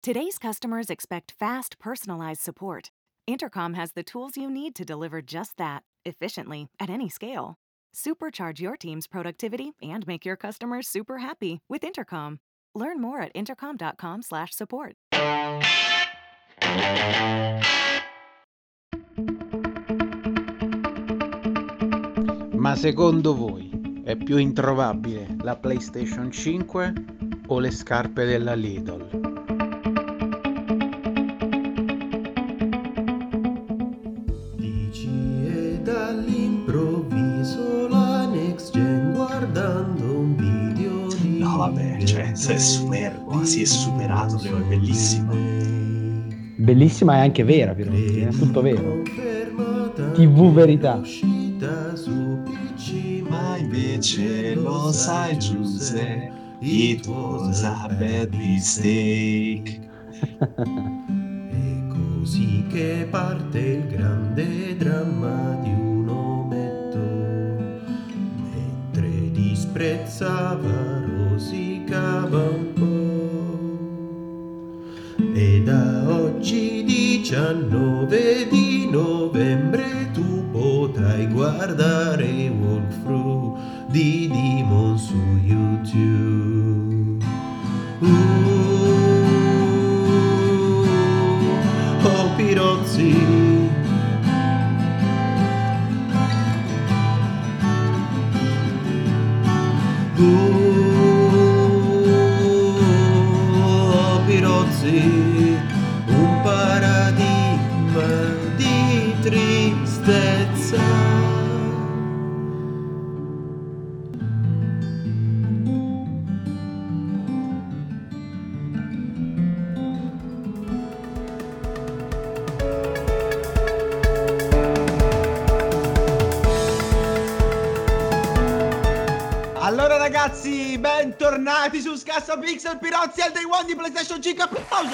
Today's customers expect fast, personalized support. Intercom has the tools you need to deliver just that, efficiently, at any scale. Supercharge your team's productivity and make your customers super happy with Intercom. Learn more at intercom.com/support. Ma secondo voi è più introvabile la PlayStation 5 o le scarpe della Lidl? Dici e dall'improvviso la next gen guardando un video di... No, vabbè, cioè, è superbo, si è superato, Leo, è bellissima. Bellissima e anche vera, però, è tutto vero. TV verità. Ma invece lo sai, Giuseppe, it was a bad mistake. E così che parte il grande dramma di un ometto, mentre disprezzava, rosicava un po'. E da oggi 19 di novembre tu potrai guardare walkthrough di Demon su YouTube. Oh Pirozzi, oh Pirozzi, un paradigma di tristezza. Allora ragazzi, bentornati su Scassapixel, Pirozzi al Day One di PlayStation 5. Applauso!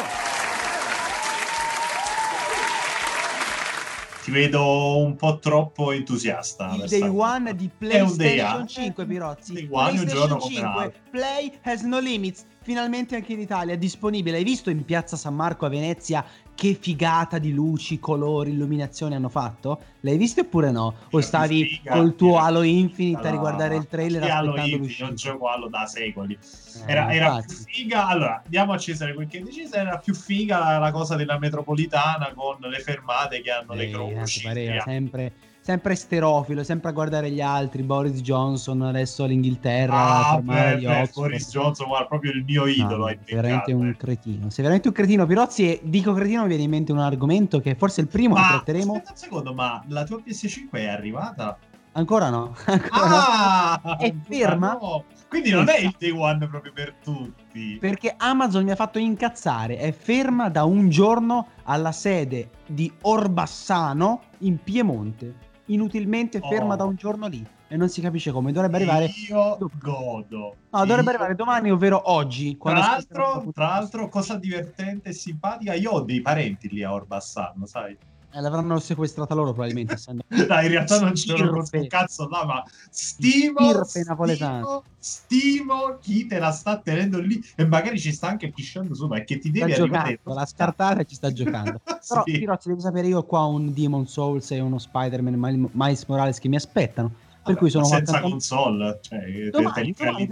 Ti vedo un po' troppo entusiasta. Il Day One di PlayStation 5, Pirozzi. Day One, un giorno come 5, l'altro. Play has no limits. Finalmente anche in Italia è disponibile. Hai visto in piazza San Marco a Venezia che figata di luci, colori, illuminazioni hanno fatto? L'hai visto oppure no? O stavi col tuo Halo Infinite a riguardare il trailer aspettando l'uscita? Non gioco Halo da secoli. Era più figa. Allora, diamo a Cesare quel che è deciso. Era più figa la cosa della metropolitana con le fermate che hanno le croci. Pareva sempre sterofilo, sempre a guardare gli altri. Boris Johnson adesso all'Inghilterra. Boris Johnson, guarda, proprio il mio idolo. È veramente un cretino. Sei veramente un cretino, Pirozzi. E dico cretino, mi viene in mente un argomento che forse è il primo che tratteremo. Aspetta un secondo, ma la tua PS5 è arrivata? Ancora no. È ferma. No. Quindi non è il Day One proprio per tutti. Perché Amazon mi ha fatto incazzare. È ferma da un giorno alla sede di Orbassano in Piemonte. Inutilmente ferma da un giorno lì. E non si capisce come. Dovrebbe arrivare. Io godo. No, dovrebbe arrivare domani, ovvero oggi. Tra l'altro, cosa divertente e simpatica, io ho dei parenti lì a Orbassano, sai? L'avranno sequestrata loro probabilmente, essendo... Dai, in realtà non ce l'ho un cazzo là, ma stimo chi te la sta tenendo lì e magari ci sta anche pisciando su, ma è che ti devi arrivare... La scartata ci sta giocando. Però, sì. Pirozzi, devi sapere, io qua ho un Demon Souls e uno Spider-Man Miles Morales che mi aspettano. Per cui sono senza console, cioè domani,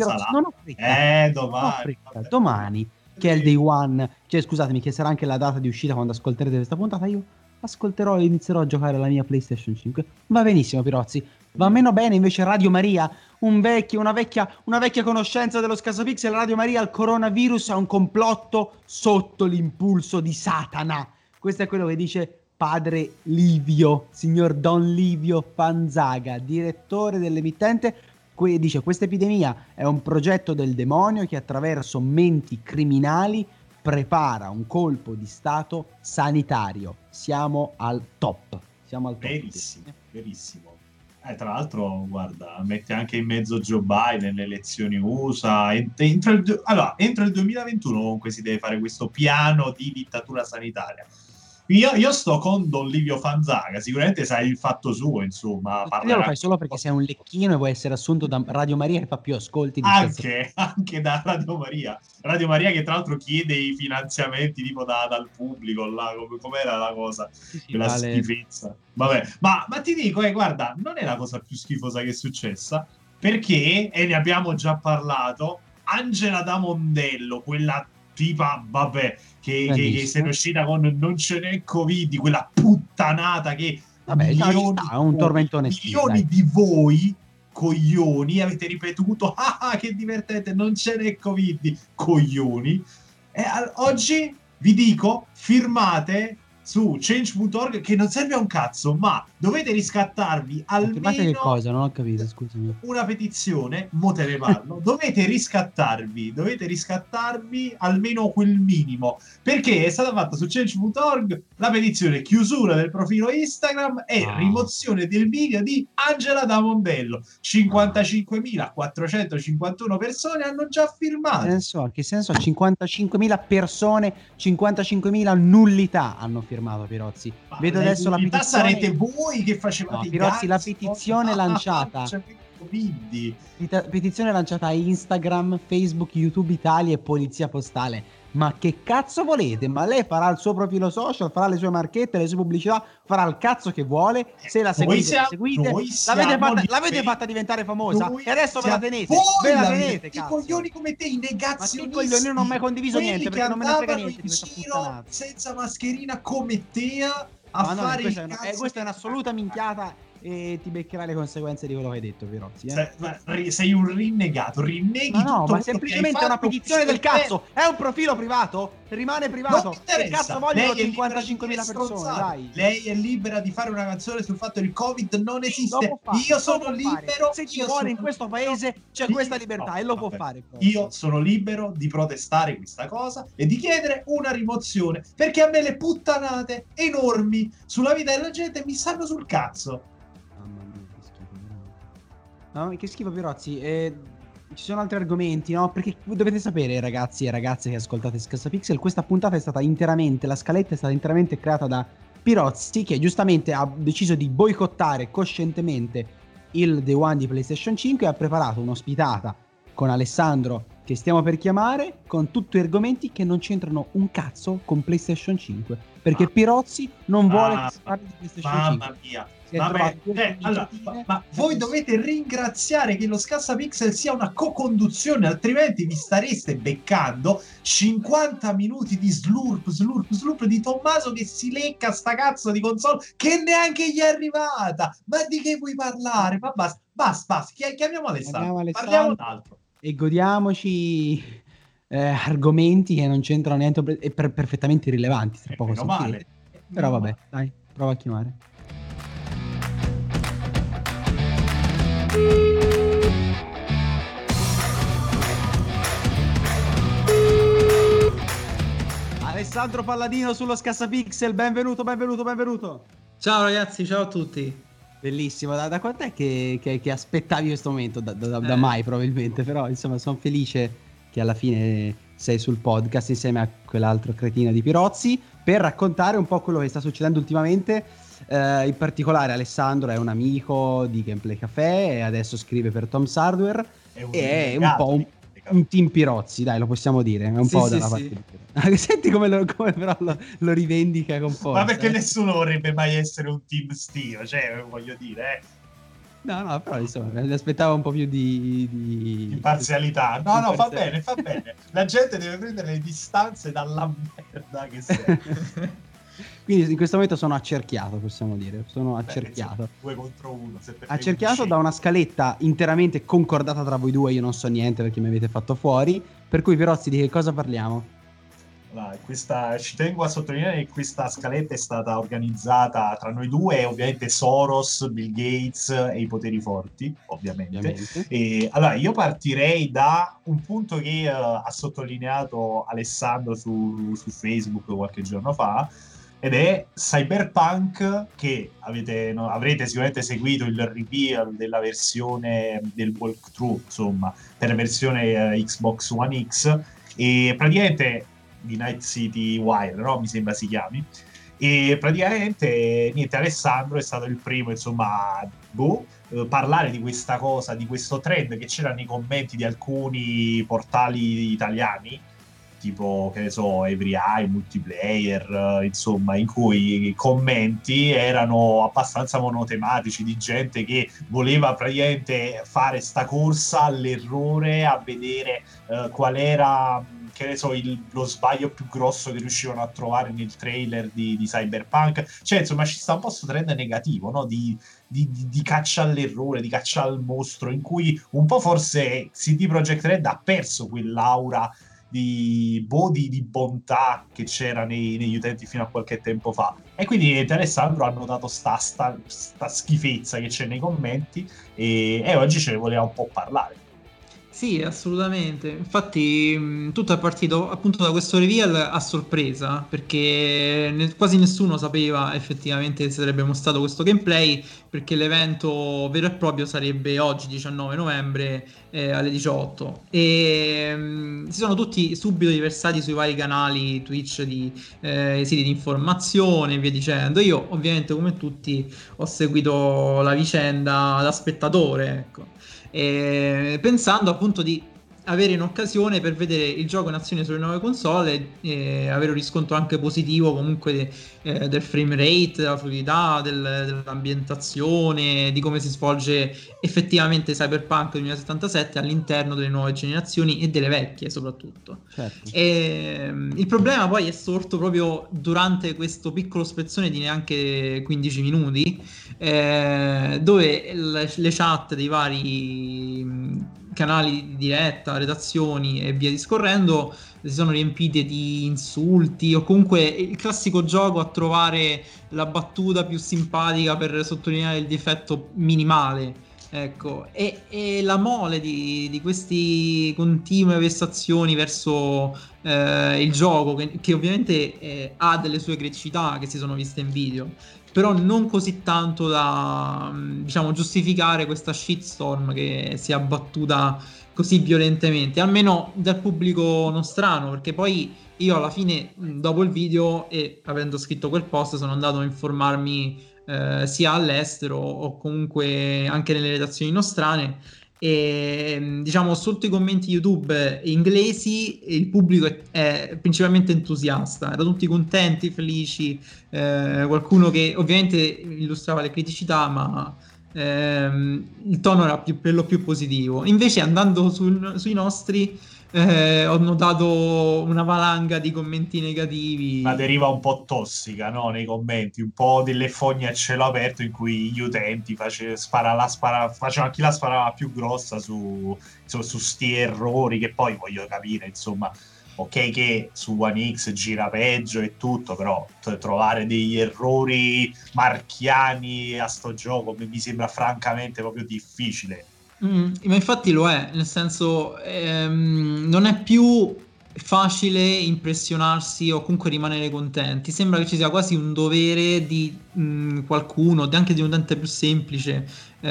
domani, che è il Day One, cioè scusatemi, che sarà anche la data di uscita quando ascolterete questa puntata, io ascolterò e inizierò a giocare la mia PlayStation 5. Va benissimo, Pirozzi. Va meno bene invece Radio Maria, una vecchia conoscenza dello Scassapixel. Radio Maria, il coronavirus è un complotto sotto l'impulso di Satana. Questo è quello che dice padre Livio, signor Don Livio Fanzaga, direttore dell'emittente. Dice: questa epidemia è un progetto del demonio che attraverso menti criminali prepara un colpo di stato sanitario. Siamo al top. Verissimo. Tra l'altro, guarda, mette anche in mezzo Joe Biden nelle elezioni USA. Entro il 2021 comunque si deve fare questo piano di dittatura sanitaria. Io sto con Don Livio Fanzaga, sicuramente sai il fatto suo, insomma. Lo fai solo perché sei un lecchino e vuoi essere assunto da Radio Maria che fa più ascolti di anche da Radio Maria. Radio Maria che tra l'altro chiede i finanziamenti tipo dal pubblico, là, com'era la cosa? Quella schifezza. Vabbè, ma ti dico, guarda, non è la cosa più schifosa che è successa, perché, e ne abbiamo già parlato, Angela da Mondello, quella tipa, vabbè, che se ne è uscita con non ce n'è Covid, quella puttanata che milioni, un tormentone milioni di voi coglioni avete ripetuto che divertente, non ce n'è Covid, coglioni, e oggi vi dico, firmate su change.org che non serve a un cazzo, ma dovete riscattarvi almeno che cosa? Non ho capito, scusami. Una petizione, mo te ne parlo. dovete riscattarvi almeno quel minimo, perché è stata fatta su change.org la petizione chiusura del profilo Instagram e rimozione del video di Angela da Mondello. 55.451 persone hanno già firmato. Che senso? 55.000 persone, 55.000 nullità hanno firmato, Pirozzi. Vedo adesso la petizione. Sarete voi che facevate Pirozzi, la petizione lanciata. Petizione lanciata a Instagram, Facebook, YouTube Italia e Polizia Postale. Ma che cazzo volete? Ma lei farà il suo profilo social, farà le sue marchette, le sue pubblicità, farà il cazzo che vuole. Se la seguite, l'avete fatta diventare famosa e adesso ve la tenete. Ve la tenete, cazzo. I coglioni come te, i negazionisti. Ma che coglioni, io non ho mai condiviso niente perché non me ne frega niente di questa puttanata. Senza mascherina come te a fare questa è un'assoluta minchiata. E ti beccherai le conseguenze di quello che hai detto, Pirozzi. Sei un rinnegato, rinneghi tutto. Ma semplicemente è una petizione del cazzo. È un profilo privato, rimane privato. Che cazzo vogliono 55.000 persone? Dai. Lei è libera di fare una canzone sul fatto che il Covid non esiste. Io sono libero. Se ci vuole in questo paese c'è questa libertà e lo può fare. Io sono libero di protestare questa cosa e di chiedere una rimozione, perché a me le puttanate enormi sulla vita della gente mi stanno sul cazzo. No, che schifo, Pirozzi. Ci sono altri argomenti, no? Perché dovete sapere, ragazzi e ragazze che ascoltate Scassapixel, questa puntata è stata interamente, la scaletta è stata interamente creata da Pirozzi, che giustamente ha deciso di boicottare coscientemente il Day One di PlayStation 5 e ha preparato un'ospitata con Alessandro, che stiamo per chiamare, con tutti argomenti che non c'entrano un cazzo con PlayStation 5, perché Pirozzi non vuole che si parli di PlayStation 5. Mamma mia. Ma voi dovete ringraziare che lo Scassapixel sia una co-conduzione, altrimenti vi stareste beccando 50 minuti di slurp di Tommaso che si lecca sta cazzo di console che neanche gli è arrivata. Ma di che vuoi parlare? Ma basta. Chiamiamo Alessandro. Parliamo d'altro e godiamoci argomenti che non c'entrano niente e perfettamente irrilevanti. Tra poco sentirete. Però vabbè, dai, prova a chiamare. Alessandro Palladino sullo Scassapixel, benvenuto. Ciao ragazzi, ciao a tutti. Bellissimo, da quant'è che aspettavi questo momento? Da mai probabilmente, però insomma sono felice che alla fine sei sul podcast insieme a quell'altro cretino di Pirozzi per raccontare un po' quello che sta succedendo ultimamente. In particolare Alessandro è un amico di Gameplay Café e adesso scrive per Tom's Hardware e è un po' un team Pirozzi, dai, lo possiamo dire, è un po' dalla parte di Pirozzi. Senti come però lo rivendica con forza. Ma perché nessuno vorrebbe mai essere un team Steve, cioè voglio dire No, però insomma, mi aspettavo un po' più di imparzialità. No, fa bene. La gente deve prendere le distanze dalla merda che sei. Quindi in questo momento sono accerchiato, possiamo dire. Sono accerchiato. 2 contro 1. Accerchiato da una scaletta interamente concordata tra voi due. Io non so niente perché mi avete fatto fuori. Per cui, Pirozzi, di che cosa parliamo? Ci tengo a sottolineare che questa scaletta è stata organizzata tra noi due e ovviamente Soros, Bill Gates e i poteri forti, ovviamente. E allora io partirei da un punto che ha sottolineato Alessandro su Facebook qualche giorno fa, ed è Cyberpunk, che avrete sicuramente seguito il reveal della versione del walkthrough, insomma, per la versione Xbox One X, e praticamente di Night City Wire, no? Mi sembra si chiami. E praticamente niente, Alessandro è stato il primo, insomma, parlare di questa cosa, di questo trend che c'era nei commenti di alcuni portali italiani, tipo, che ne so, Every Eye, Multiplayer, insomma, in cui i commenti erano abbastanza monotematici, di gente che voleva praticamente fare sta corsa all'errore, a vedere qual era, che ne so, lo sbaglio più grosso che riuscivano a trovare nel trailer di Cyberpunk. Cioè, insomma, ci sta un po' questo trend negativo, no? Di caccia all'errore, di caccia al mostro, in cui un po' forse CD Projekt Red ha perso quell'aura di bontà che c'era negli utenti fino a qualche tempo fa. E quindi Alessandro ha notato sta schifezza che c'è nei commenti e oggi ce ne voleva un po' parlare. Sì, assolutamente. Infatti, tutto è partito appunto da questo reveal a sorpresa, perché quasi nessuno sapeva effettivamente che si sarebbe mostrato questo gameplay, perché l'evento vero e proprio sarebbe oggi, 19 novembre, alle 18. E si sono tutti subito riversati sui vari canali Twitch di siti di informazione e via dicendo. Io, ovviamente, come tutti, ho seguito la vicenda da spettatore, ecco. Pensando appunto di avere un'occasione per vedere il gioco in azione sulle nuove console e avere un riscontro anche positivo comunque del frame rate, della fluidità, dell'ambientazione, di come si svolge effettivamente Cyberpunk 2077 all'interno delle nuove generazioni e delle vecchie soprattutto. Certo. Il problema poi è sorto proprio durante questo piccolo spezzone di neanche 15 minuti dove le chat dei vari canali di diretta, redazioni e via discorrendo si sono riempite di insulti o comunque il classico gioco a trovare la battuta più simpatica per sottolineare il difetto minimale. Ecco, e la mole di questi continue vessazioni verso il gioco, che ovviamente ha delle sue criticità che si sono viste in video, però non così tanto da, diciamo, giustificare questa shitstorm che si è abbattuta così violentemente, almeno dal pubblico nostrano, perché poi io alla fine, dopo il video e avendo scritto quel post, sono andato a informarmi sia all'estero o comunque anche nelle redazioni nostrane e diciamo sotto i commenti YouTube inglesi il pubblico è principalmente entusiasta, erano tutti contenti, felici, qualcuno che ovviamente illustrava le criticità ma il tono era per lo più positivo. Invece andando sui nostri ho notato una valanga di commenti negativi. Una deriva un po' tossica, no? Nei commenti, un po' delle fogne a cielo aperto in cui gli utenti facevano chi la sparava più grossa su sti errori che poi voglio capire, insomma, ok che su One X gira peggio e tutto, però trovare degli errori marchiani a sto gioco mi sembra francamente proprio difficile. Ma infatti lo è, nel senso non è più facile impressionarsi o comunque rimanere contenti, sembra che ci sia quasi un dovere di qualcuno, anche di un utente più semplice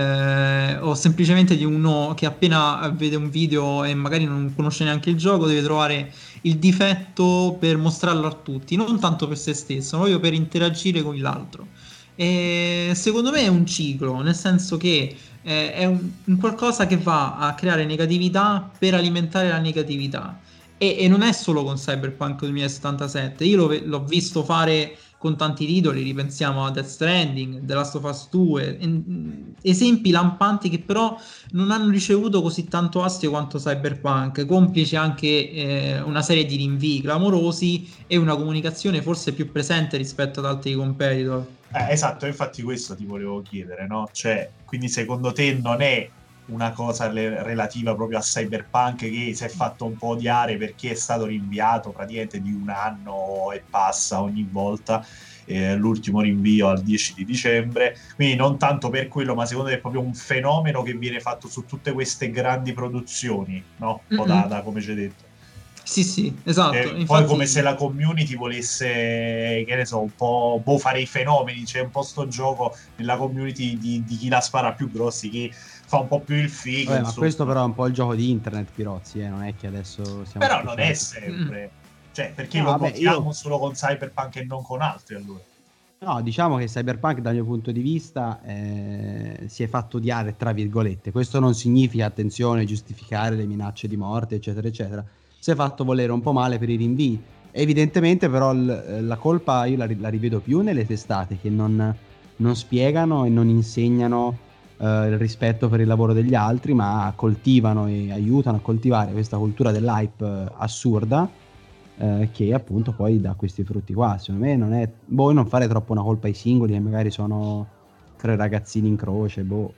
o semplicemente di uno che appena vede un video e magari non conosce neanche il gioco deve trovare il difetto per mostrarlo a tutti, non tanto per se stesso, ma proprio per interagire con l'altro. E secondo me è un ciclo, nel senso che è un qualcosa che va a creare negatività per alimentare la negatività e non è solo con Cyberpunk 2077. Io l'ho visto fare con tanti titoli, ripensiamo a Death Stranding, The Last of Us 2, esempi lampanti che però non hanno ricevuto così tanto astio quanto Cyberpunk, complice anche una serie di rinvii clamorosi e una comunicazione forse più presente rispetto ad altri competitor. Esatto, infatti questo ti volevo chiedere, no? Cioè, quindi secondo te non è una cosa relativa proprio a Cyberpunk che si è fatto un po' odiare perché è stato rinviato praticamente di un anno e passa ogni volta, l'ultimo rinvio al 10 di dicembre, quindi non tanto per quello, ma secondo te è proprio un fenomeno che viene fatto su tutte queste grandi produzioni, no? Un po' da come ci hai detto. Sì, esatto. Infatti, poi come se la community volesse, che ne so, un po' fare i fenomeni, c'è un po' sto gioco nella community di chi la spara più grossi, chi fa un po' più il figo. Ma questo però è un po' il gioco di internet, Pirozzi, non è che adesso siamo... Però non è sempre, cioè perché lo votiamo solo con Cyberpunk e non con altri allora? No, diciamo che Cyberpunk dal mio punto di vista si è fatto odiare, tra virgolette. Questo non significa, attenzione, giustificare le minacce di morte, eccetera, eccetera. Si è fatto volere un po' male per i rinvii. Evidentemente però la colpa io la rivedo più nelle testate che non spiegano e non insegnano il rispetto per il lavoro degli altri, ma coltivano e aiutano a coltivare questa cultura dell'hype assurda, che appunto poi dà questi frutti qua. Secondo me non è, non fare troppo una colpa ai singoli che magari sono 3 ragazzini in croce,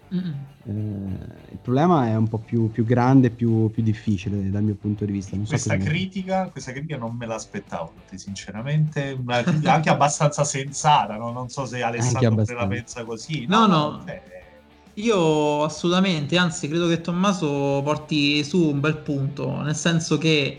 il problema è un po' più grande, più difficile dal mio punto di vista. Non so questa critica non me l'aspettavo, sinceramente, una critica anche abbastanza sensata, no? Non so se Alessandro la pensa così. No. Io assolutamente, anzi credo che Tommaso porti su un bel punto, nel senso che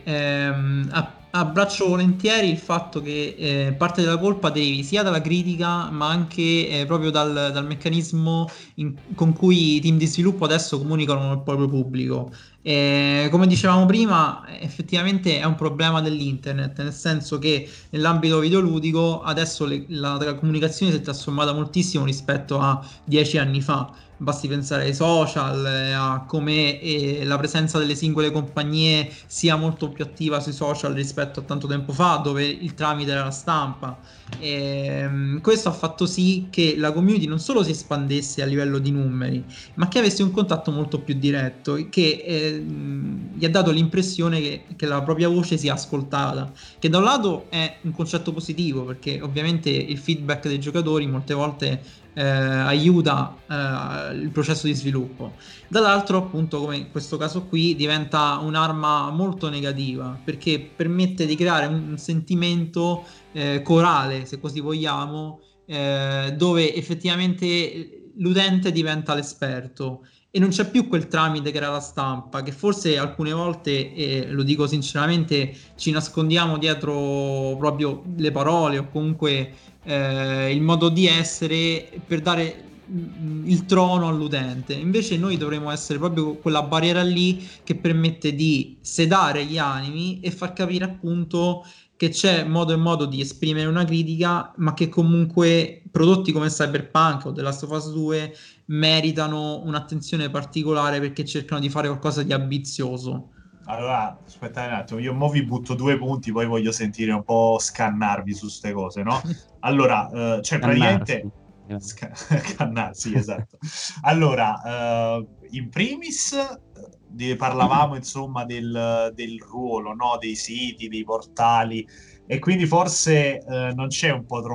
abbraccio volentieri il fatto che parte della colpa derivi sia dalla critica ma anche proprio dal meccanismo con cui i team di sviluppo adesso comunicano con il proprio pubblico. Come dicevamo prima, effettivamente è un problema dell'internet, nel senso che nell'ambito videoludico adesso la comunicazione si è trasformata moltissimo rispetto a 10 anni fa. Basti pensare ai social, a come la presenza delle singole compagnie sia molto più attiva sui social rispetto a tanto tempo fa, dove il tramite era la stampa. Questo ha fatto sì che la community non solo si espandesse a livello di numeri, ma che avesse un contatto molto più diretto, che gli ha dato l'impressione che la propria voce sia ascoltata, che da un lato è un concetto positivo, perché ovviamente il feedback dei giocatori molte volte aiuta il processo di sviluppo. Dall'altro, appunto, come in questo caso qui, diventa un'arma molto negativa, perché permette di creare un sentimento corale, se così vogliamo, dove effettivamente l'utente diventa l'esperto e non c'è più quel tramite che era la stampa, che forse alcune volte, lo dico sinceramente, ci nascondiamo dietro proprio le parole o comunque il modo di essere per dare il trono all'utente. Invece noi dovremmo essere proprio quella barriera lì che permette di sedare gli animi e far capire appunto che c'è modo e modo di esprimere una critica, ma che comunque prodotti come Cyberpunk o The Last of Us 2 meritano un'attenzione particolare perché cercano di fare qualcosa di ambizioso. Allora, aspettate un attimo, io mo vi butto 2 punti, poi voglio sentire un po' scannarvi su ste cose, no? Allora, cioè praticamente... Scannarsi, esatto. Allora, in primis parlavamo insomma del ruolo, no? Dei siti, dei portali, e quindi forse non c'è un po'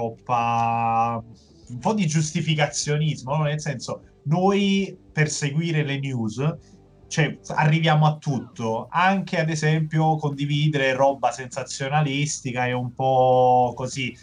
un po' di giustificazionismo, no? Nel senso, noi per seguire le news, cioè, arriviamo a tutto, anche ad esempio condividere roba sensazionalistica e un po' così,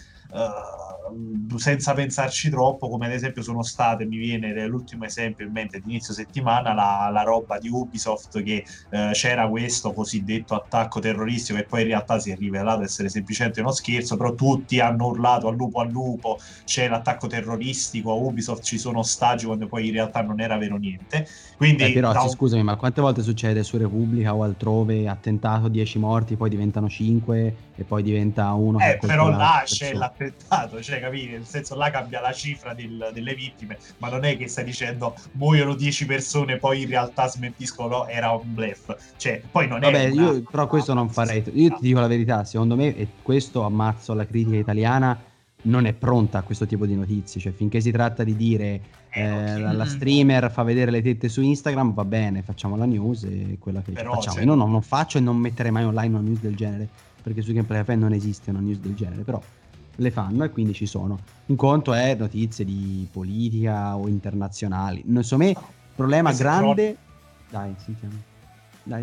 senza pensarci troppo, come ad esempio sono state, mi viene l'ultimo esempio in mente di inizio settimana, la roba di Ubisoft che c'era questo cosiddetto attacco terroristico che poi in realtà si è rivelato essere semplicemente uno scherzo, però tutti hanno urlato al lupo, c'è l'attacco terroristico, a Ubisoft ci sono ostaggi, quando poi in realtà non era vero niente. Quindi però scusami, ma quante volte succede su Repubblica o altrove, attentato, 10 morti, poi diventano 5 e poi diventa 1? Però là c'è l'attentato, cioè capire, nel senso là cambia la cifra delle vittime, ma non è che stai dicendo muoiono 10 persone poi in realtà smentiscono, no, era un bluff, cioè poi non è io però questo non farei, io ti dico la verità, secondo me, e questo ammazzo alla critica italiana, non è pronta a questo tipo di notizie, cioè finché si tratta di dire la streamer fa vedere le tette su Instagram, va bene, facciamo la news e quella che facciamo. Cioè... Io non faccio e non metterei mai online una news del genere, perché su Gameplay Cafe non esiste una news del genere, però le fanno e quindi ci sono. Un conto è notizie di politica o internazionali. Insomma, il problema grande... Dai, sentiamo. Dai.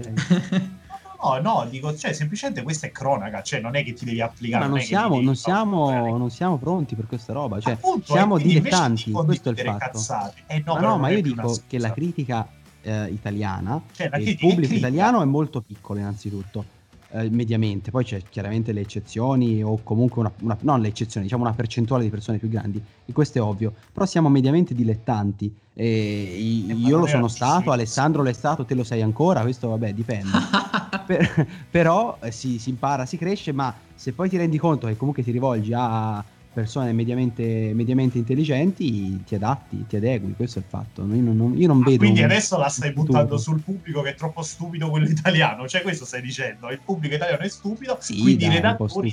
No, dico, cioè semplicemente questa è cronaca, cioè non è che ti devi applicare. Ma non siamo pronti per questa roba, cioè appunto, siamo dilettanti, questo è il fatto. Ma io dico che la critica italiana, cioè, il pubblico italiano è molto piccolo innanzitutto. Mediamente, poi c'è chiaramente le eccezioni o comunque non le eccezioni, diciamo una percentuale di persone più grandi, e questo è ovvio, però siamo mediamente dilettanti, io lo sono stato, Alessandro l'è stato, te lo sei ancora, questo vabbè dipende. Però si impara, si cresce, ma se poi ti rendi conto che comunque ti rivolgi a persone mediamente intelligenti, ti adatti, ti adegui, questo è il fatto. Io non vedo. Quindi adesso la stai buttando sul pubblico che è troppo stupido quello italiano, cioè questo stai dicendo, il pubblico italiano è stupido, sì, quindi dai, i redattori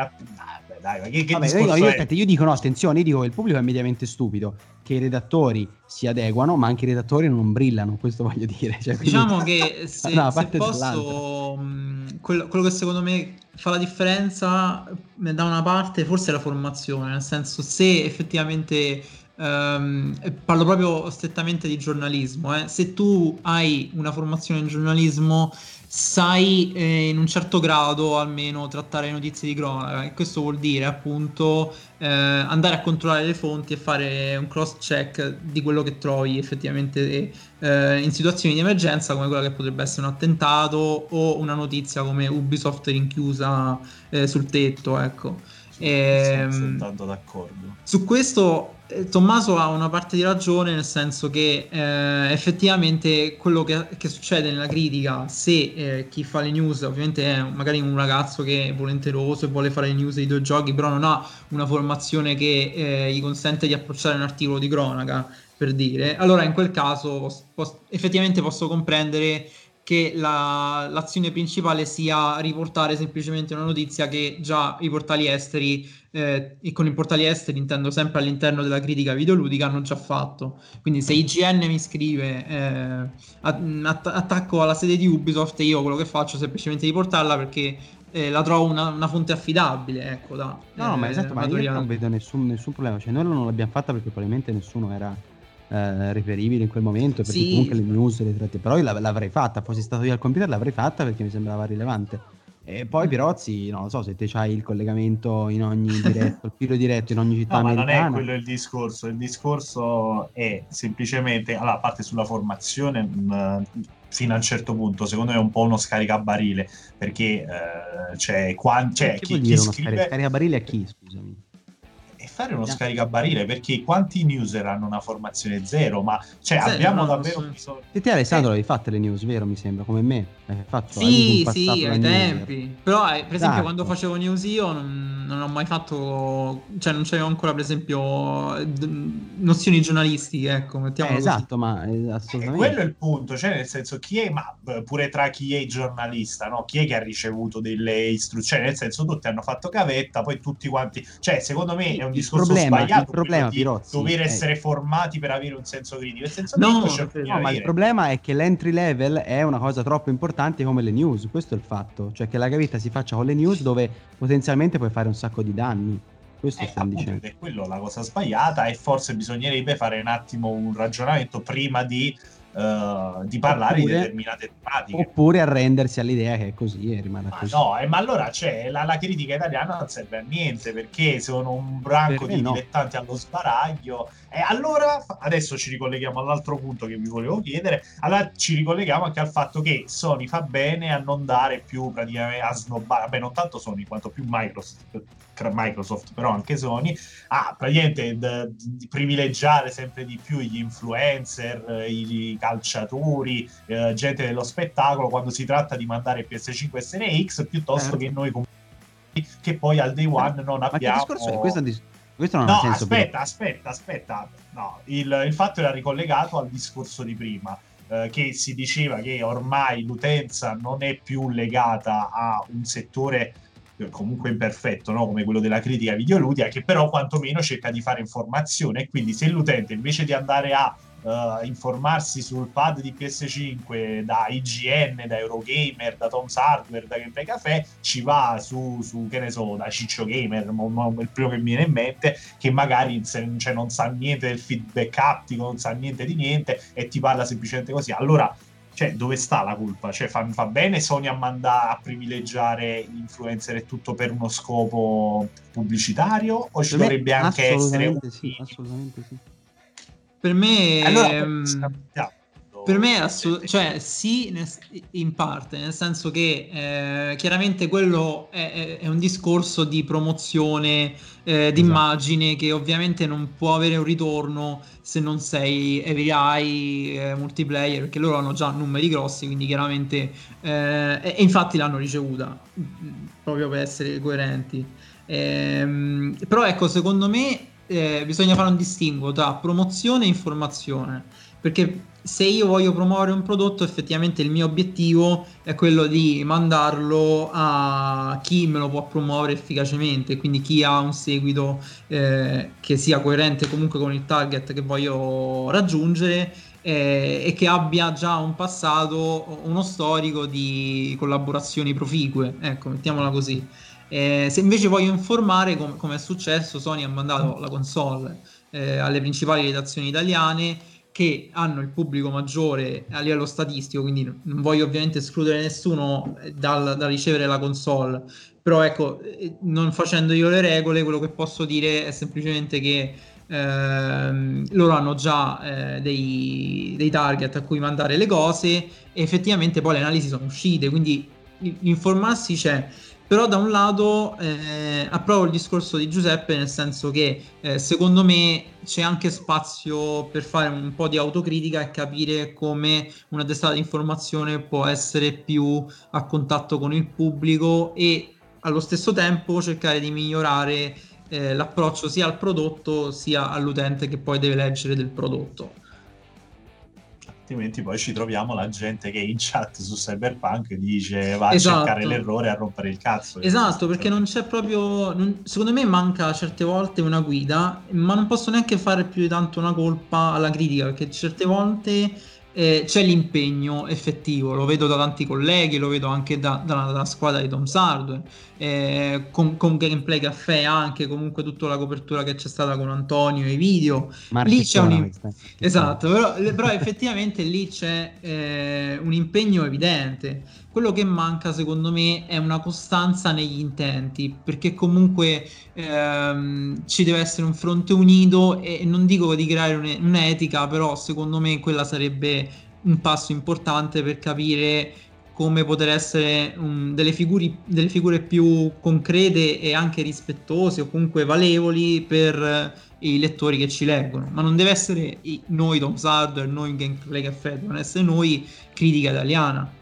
io dico no, attenzione, io dico che il pubblico è mediamente stupido, che i redattori si adeguano, ma anche i redattori non brillano, questo voglio dire. Cioè, diciamo che se posso, quello che secondo me fa la differenza da una parte forse è la formazione, nel senso, se effettivamente parlo proprio strettamente di giornalismo, se tu hai una formazione in giornalismo sai in un certo grado almeno trattare le notizie di cronaca, e questo vuol dire appunto andare a controllare le fonti e fare un cross check di quello che trovi effettivamente in situazioni di emergenza come quella che potrebbe essere un attentato o una notizia come Ubisoft rinchiusa sul tetto, ecco. Sono tanto d'accordo su questo. Tommaso ha una parte di ragione, nel senso che effettivamente quello che succede nella critica, se chi fa le news ovviamente è magari un ragazzo che è volenteroso e vuole fare le news dei tuoi giochi, però non ha una formazione che gli consente di approcciare un articolo di cronaca, per dire, allora in quel caso effettivamente posso comprendere che l'azione principale sia riportare semplicemente una notizia che già i portali esteri, e con i portali esteri intendo sempre all'interno della critica videoludica, hanno già fatto. Quindi se IGN mi scrive attacco alla sede di Ubisoft, io quello che faccio è semplicemente riportarla perché la trovo una fonte affidabile, ecco. No, ma esatto, ma io non vedo nessun problema, cioè noi non l'abbiamo fatta perché probabilmente nessuno era reperibile in quel momento, perché comunque le news le tratte, però io l'avrei fatta, fossi stato io al computer l'avrei fatta perché mi sembrava rilevante. E poi Pirozzi, non lo so, se te c'hai il collegamento in ogni diretto, il filo diretto in ogni città americana. Ma non è quello il discorso è semplicemente, allora, a parte sulla formazione fino a un certo punto, secondo me è un po' uno scaricabarile, perché chi scrive scaricabarile a chi, scusami? E fare uno scaricabarile, perché quanti newser hanno una formazione zero? Ma cioè abbiamo davvero bisogno. Te Alessandro l'avevi fatte le news, vero? Mi sembra, come me. Fatto, sì, ai tempi. Però per esempio quando facevo news io non ho mai fatto, cioè non c'avevo ancora per esempio nozioni giornalistiche, ecco, mettiamolo così. Esatto, ma assolutamente. Quello è il punto, cioè nel senso pure tra chi è giornalista, no? Chi è che ha ricevuto delle istruzioni, nel senso tutti hanno fatto gavetta, poi tutti quanti, cioè secondo me è un discorso sbagliato il problema, di Pirozzi, dover essere formati per avere un senso critico. Il senso critico ma il problema è che l'entry level è una cosa troppo importante come le news, questo è il fatto, cioè che la gavetta si faccia con le news dove potenzialmente puoi fare un sacco di danni. Questo stiamo dicendo. È quello la cosa sbagliata, e forse bisognerebbe fare un attimo un ragionamento prima di parlare di determinate tematiche, oppure arrendersi all'idea che è così e rimane così. Ma allora la critica italiana non serve a niente, perché sono un branco di dilettanti allo sbaraglio. E allora adesso ci ricolleghiamo all'altro punto che vi volevo chiedere. Allora ci ricolleghiamo anche al fatto che Sony fa bene a non dare più praticamente a snobbare, vabbè, non tanto Sony quanto più Microsoft, però anche Sony, a praticamente privilegiare sempre di più gli influencer, i calciatori, gente dello spettacolo, quando si tratta di mandare PS5 e Series X, piuttosto che noi che poi al day one non abbiamo. Ma che discorso è? Questo non ha senso. Aspetta. No, il fatto era ricollegato al discorso di prima, che si diceva che ormai l'utenza non è più legata a un settore comunque imperfetto, no? Come quello della critica videoludica, che però quantomeno cerca di fare informazione, e quindi se l'utente invece di andare a informarsi sul pad di PS5 da IGN, da Eurogamer, da Tom's Hardware, da Gameplay Café, ci va su che ne so, da Ciccio Gamer, il primo che mi viene in mente, che magari non sa niente del feedback aptico, non sa niente di niente e ti parla semplicemente così. Allora, cioè, dove sta la colpa? Cioè, fa bene Sony a privilegiare influencer e tutto per uno scopo pubblicitario, o ci dovrebbe anche essere assolutamente sì. Per me, per me cioè sì, in parte, nel senso che chiaramente quello è un discorso di promozione d'immagine che ovviamente non può avere un ritorno se non sei AVI, multiplayer, perché loro hanno già numeri grossi, quindi chiaramente e infatti l'hanno ricevuta proprio per essere coerenti. Però ecco, secondo me bisogna fare un distinguo tra promozione e informazione, perché se io voglio promuovere un prodotto, effettivamente il mio obiettivo è quello di mandarlo a chi me lo può promuovere efficacemente, quindi chi ha un seguito che sia coerente comunque con il target che voglio raggiungere, e che abbia già un passato, uno storico di collaborazioni proficue, ecco, mettiamola così. Se invece voglio informare, come è successo, Sony ha mandato la console alle principali redazioni italiane che hanno il pubblico maggiore a livello statistico, quindi non voglio ovviamente escludere nessuno dal ricevere la console, però ecco, non facendo io le regole, quello che posso dire è semplicemente che loro hanno già dei target a cui mandare le cose, e effettivamente poi le analisi sono uscite, quindi informarsi c'è. Però da un lato approvo il discorso di Giuseppe, nel senso che secondo me c'è anche spazio per fare un po' di autocritica e capire come una testata di informazione può essere più a contatto con il pubblico, e allo stesso tempo cercare di migliorare l'approccio sia al prodotto sia all'utente che poi deve leggere del prodotto. Altrimenti poi ci troviamo la gente che in chat su Cyberpunk dice va a Esatto. cercare l'errore e a rompere il cazzo. Esatto, perché non c'è proprio, secondo me manca certe volte una guida, ma non posso neanche fare più di tanto una colpa alla critica, perché certe volte c'è l'impegno effettivo, lo vedo da tanti colleghi, lo vedo anche dalla squadra di Tom's Hardware, con Gameplay Caffè, anche comunque tutta la copertura che c'è stata con Antonio e i video. Lì c'è esatto, però effettivamente lì c'è un impegno evidente. Quello che manca secondo me è una costanza negli intenti, perché comunque ci deve essere un fronte unito, e non dico di creare un'etica, però secondo me quella sarebbe un passo importante per capire come poter essere delle figure più concrete e anche rispettose, o comunque valevoli per i lettori che ci leggono. Ma non deve essere noi Tom's Hardware, noi Gameplay Caffè, devono essere noi critica italiana.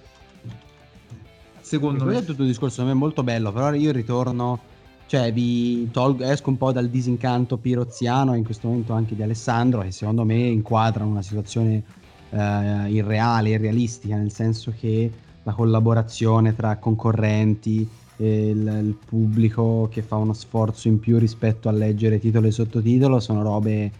Secondo me è tutto un discorso, a me è molto bello, però io ritorno, cioè esco un po' dal disincanto piroziano, in questo momento anche di Alessandro, che secondo me inquadra una situazione irreale, irrealistica, nel senso che la collaborazione tra concorrenti e il pubblico che fa uno sforzo in più rispetto a leggere titolo e sottotitolo sono robe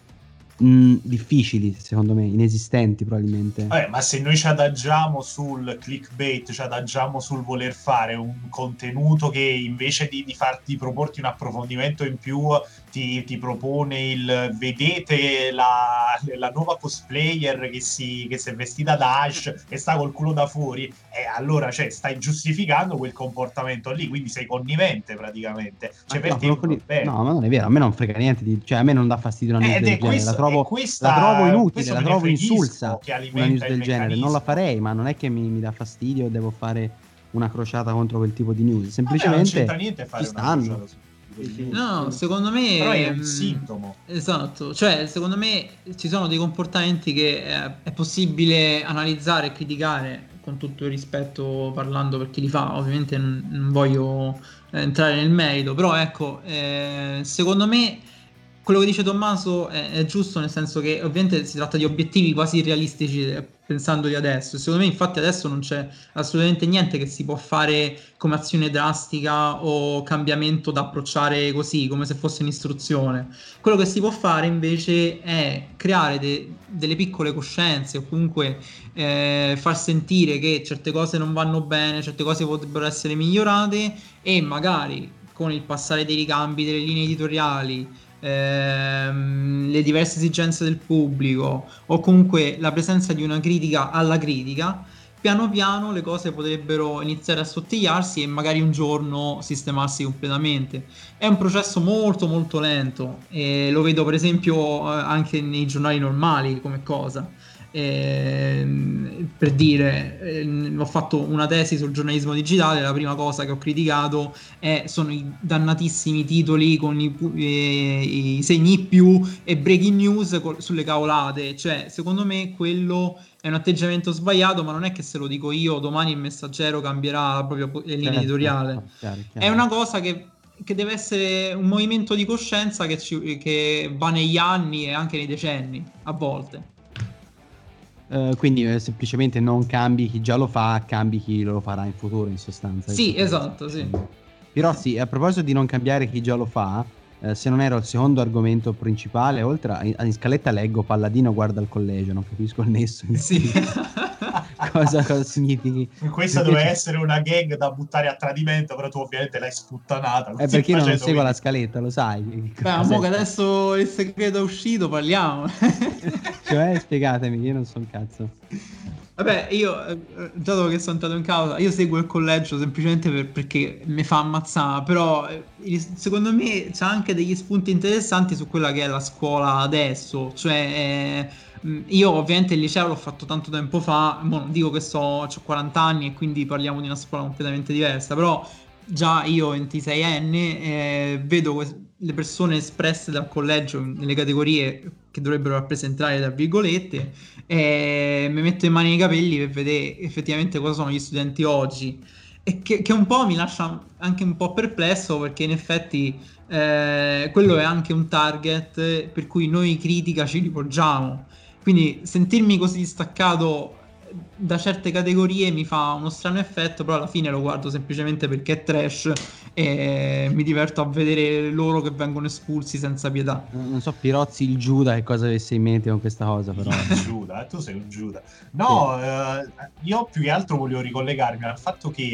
difficili, secondo me, inesistenti probabilmente. Ma se noi ci adagiamo sul clickbait, ci adagiamo sul voler fare un contenuto che invece di proporti un approfondimento in più ti propone il vedete la nuova cosplayer che si è vestita da Ash e sta col culo da fuori, allora stai giustificando quel comportamento lì, quindi sei connivente praticamente. No, ma non è vero, a me non frega niente a me non dà fastidio una news del genere, la trovo inutile, la trovo insulsa una news del genere, non la farei, ma non è che mi dà fastidio, devo fare una crociata contro quel tipo di news, semplicemente non c'entra niente fare una crociata. No, secondo me però è un sintomo. Esatto, cioè secondo me ci sono dei comportamenti che è possibile analizzare e criticare, con tutto il rispetto, parlando per chi li fa, ovviamente non voglio entrare nel merito, però ecco, secondo me quello che dice Tommaso è giusto, nel senso che ovviamente si tratta di obiettivi quasi irrealistici pensando di adesso. Secondo me infatti adesso non c'è assolutamente niente che si può fare come azione drastica o cambiamento da approcciare così, come se fosse un'istruzione. Quello che si può fare invece è creare delle piccole coscienze, o comunque far sentire che certe cose non vanno bene, certe cose potrebbero essere migliorate, e magari con il passare dei ricambi delle linee editoriali, le diverse esigenze del pubblico, o comunque la presenza di una critica alla critica, piano piano le cose potrebbero iniziare a sottigliarsi e magari un giorno sistemarsi completamente. È un processo molto molto lento, e lo vedo per esempio anche nei giornali normali come cosa. Per dire, ho fatto una tesi sul giornalismo digitale, la prima cosa che ho criticato sono i dannatissimi titoli con i segni più e breaking news sulle cavolate. Cioè, secondo me quello è un atteggiamento sbagliato, ma non è che se lo dico io domani il Messaggero cambierà proprio le linee editoriali. È una cosa che che deve essere un movimento di coscienza che va negli anni e anche nei decenni, a volte. Quindi semplicemente non cambi chi già lo fa, cambi chi lo farà in futuro, in sostanza. Sì, esatto, sì. Pirozzi, a proposito di non cambiare chi già lo fa, se non ero il secondo argomento principale, oltre in scaletta leggo Palladino guarda il collegio, non capisco il nesso. Sì. cosa significhi? Questa doveva essere una gag da buttare a tradimento, però tu ovviamente l'hai sputtanata. Perché io non seguo la scaletta, lo sai. Beh, mo che adesso il segreto è uscito, parliamo. Cioè, spiegatemi, io non so un cazzo. Vabbè, io, dato che sono entrato in causa, io seguo il collegio semplicemente perché mi fa ammazzare, però secondo me c'ha anche degli spunti interessanti su quella che è la scuola adesso, cioè io ovviamente il liceo l'ho fatto tanto tempo fa, non dico che ho 40 anni e quindi parliamo di una scuola completamente diversa, però già io 26enne vedo le persone espresse dal collegio nelle categorie che dovrebbero rappresentare, tra virgolette, e mi metto in mano i capelli per vedere effettivamente cosa sono gli studenti oggi, e che un po' mi lascia anche un po' perplesso, perché in effetti quello è anche un target per cui noi critica ci rivolgiamo, quindi sentirmi così distaccato da certe categorie mi fa uno strano effetto, però alla fine lo guardo semplicemente perché è trash e mi diverto a vedere loro che vengono espulsi senza pietà. Non so, Pirozzi il Giuda che cosa avesse in mente con questa cosa, però. Giuda, tu sei un Giuda. No, sì. Io più che altro volevo ricollegarmi al fatto che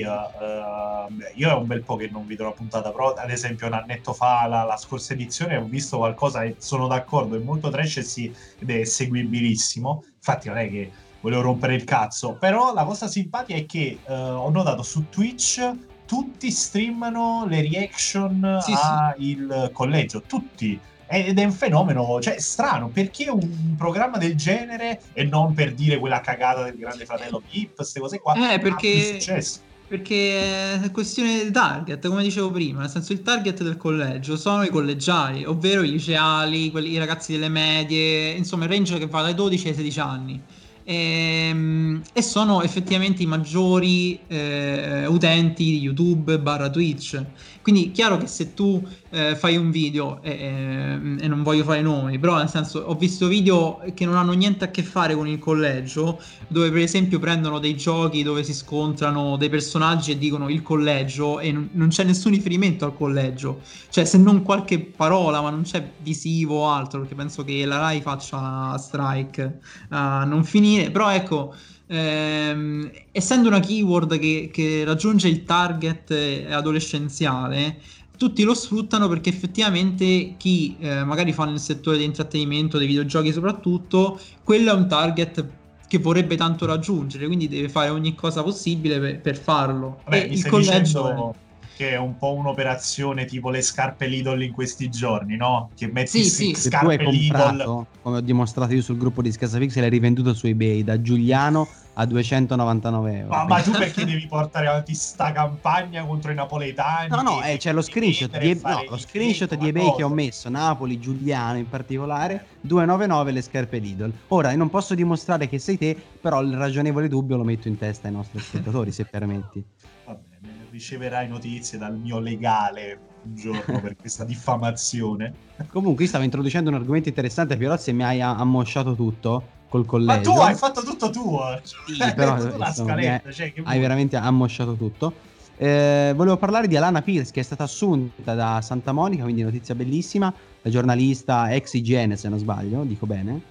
io è un bel po' che non vedo la puntata, però ad esempio un annetto fa, la scorsa edizione, ho visto qualcosa e sono d'accordo, è molto trash ed è seguibilissimo. Infatti non è che volevo rompere il cazzo, però la cosa simpatica è che ho notato su Twitch tutti streamano le reaction il collegio, tutti, ed è un fenomeno, cioè strano, perché un programma del genere e non per dire quella cagata del Grande Fratello VIP, queste cose qua, perché ha più successo. Perché è questione di target, come dicevo prima, nel senso il target del collegio sono i collegiali, ovvero i liceali, i ragazzi delle medie, insomma il range che va dai 12 ai 16 anni. E sono effettivamente i maggiori utenti di YouTube / Twitch. Quindi chiaro che se tu fai un video e non voglio fare nomi, però nel senso ho visto video che non hanno niente a che fare con il collegio, dove per esempio prendono dei giochi dove si scontrano dei personaggi e dicono il collegio e non c'è nessun riferimento al collegio, cioè se non qualche parola, ma non c'è visivo o altro, perché penso che la Rai faccia strike a non finire. Però ecco, essendo una keyword che raggiunge il target adolescenziale, tutti lo sfruttano, perché effettivamente chi magari fa nel settore di intrattenimento, dei videogiochi soprattutto, quello è un target che vorrebbe tanto raggiungere, quindi deve fare ogni cosa possibile per farlo. Vabbè, e il collegio che è un po' un'operazione tipo le scarpe Lidl in questi giorni, no? Che metti scarpe tu hai comprato, Lidl, come ho dimostrato io sul gruppo di Scasapixel, l'hai rivenduto su eBay da Giuliano a 299 euro. Ma tu perché devi portare avanti sta campagna contro i napoletani? C'è lo screenshot di eBay che ho messo, Napoli, Giuliano in particolare, 299 le scarpe Lidl. Ora, non posso dimostrare che sei te, però il ragionevole dubbio lo metto in testa ai nostri ascoltatori, se permetti. Va bene, riceverai notizie dal mio legale un giorno per questa diffamazione. Comunque, io stavo introducendo un argomento interessante, Pirozzi, e mi hai ammosciato tutto col collegio. Ma tu hai fatto tutto tuo, sì, però la scaletta, hai veramente ammosciato tutto. Volevo parlare di Alana Pierce, che è stata assunta da Santa Monica, quindi notizia bellissima, la giornalista ex IGN, se non sbaglio, dico bene?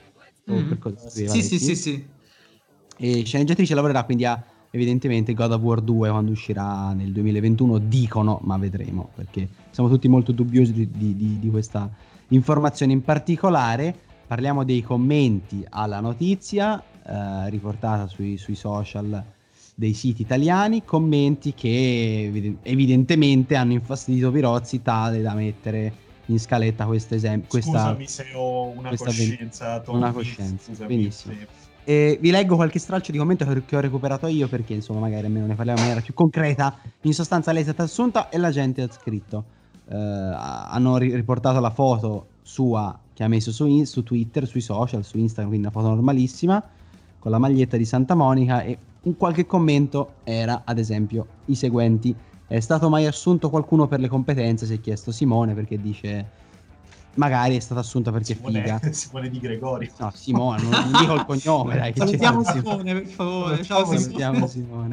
Sì. E sceneggiatrice, lavorerà quindi a evidentemente God of War 2 quando uscirà nel 2021, dicono, ma vedremo, perché siamo tutti molto dubbiosi di questa informazione. In particolare parliamo dei commenti alla notizia riportata sui social dei siti italiani, commenti che evidentemente hanno infastidito Pirozzi tale da mettere in scaletta questo esempio. Scusami se ho una coscienza. Benissimo. Vi leggo qualche stralcio di commento che ho recuperato io, perché insomma magari almeno ne parliamo in maniera più concreta. In sostanza lei è stata assunta e la gente ha scritto, hanno riportato la foto sua che ha messo su Twitter, sui social, su Instagram, quindi una foto normalissima con la maglietta di Santa Monica, e un qualche commento era ad esempio i seguenti: È stato mai assunto qualcuno per le competenze? Si è chiesto Simone, perché dice magari è stata assunta perché è figa. Simone Di Gregorio. No, Simone, non dico il cognome, dai, che Salutiamo c'è. Simone, per favore. Ciao Salutiamo Simone.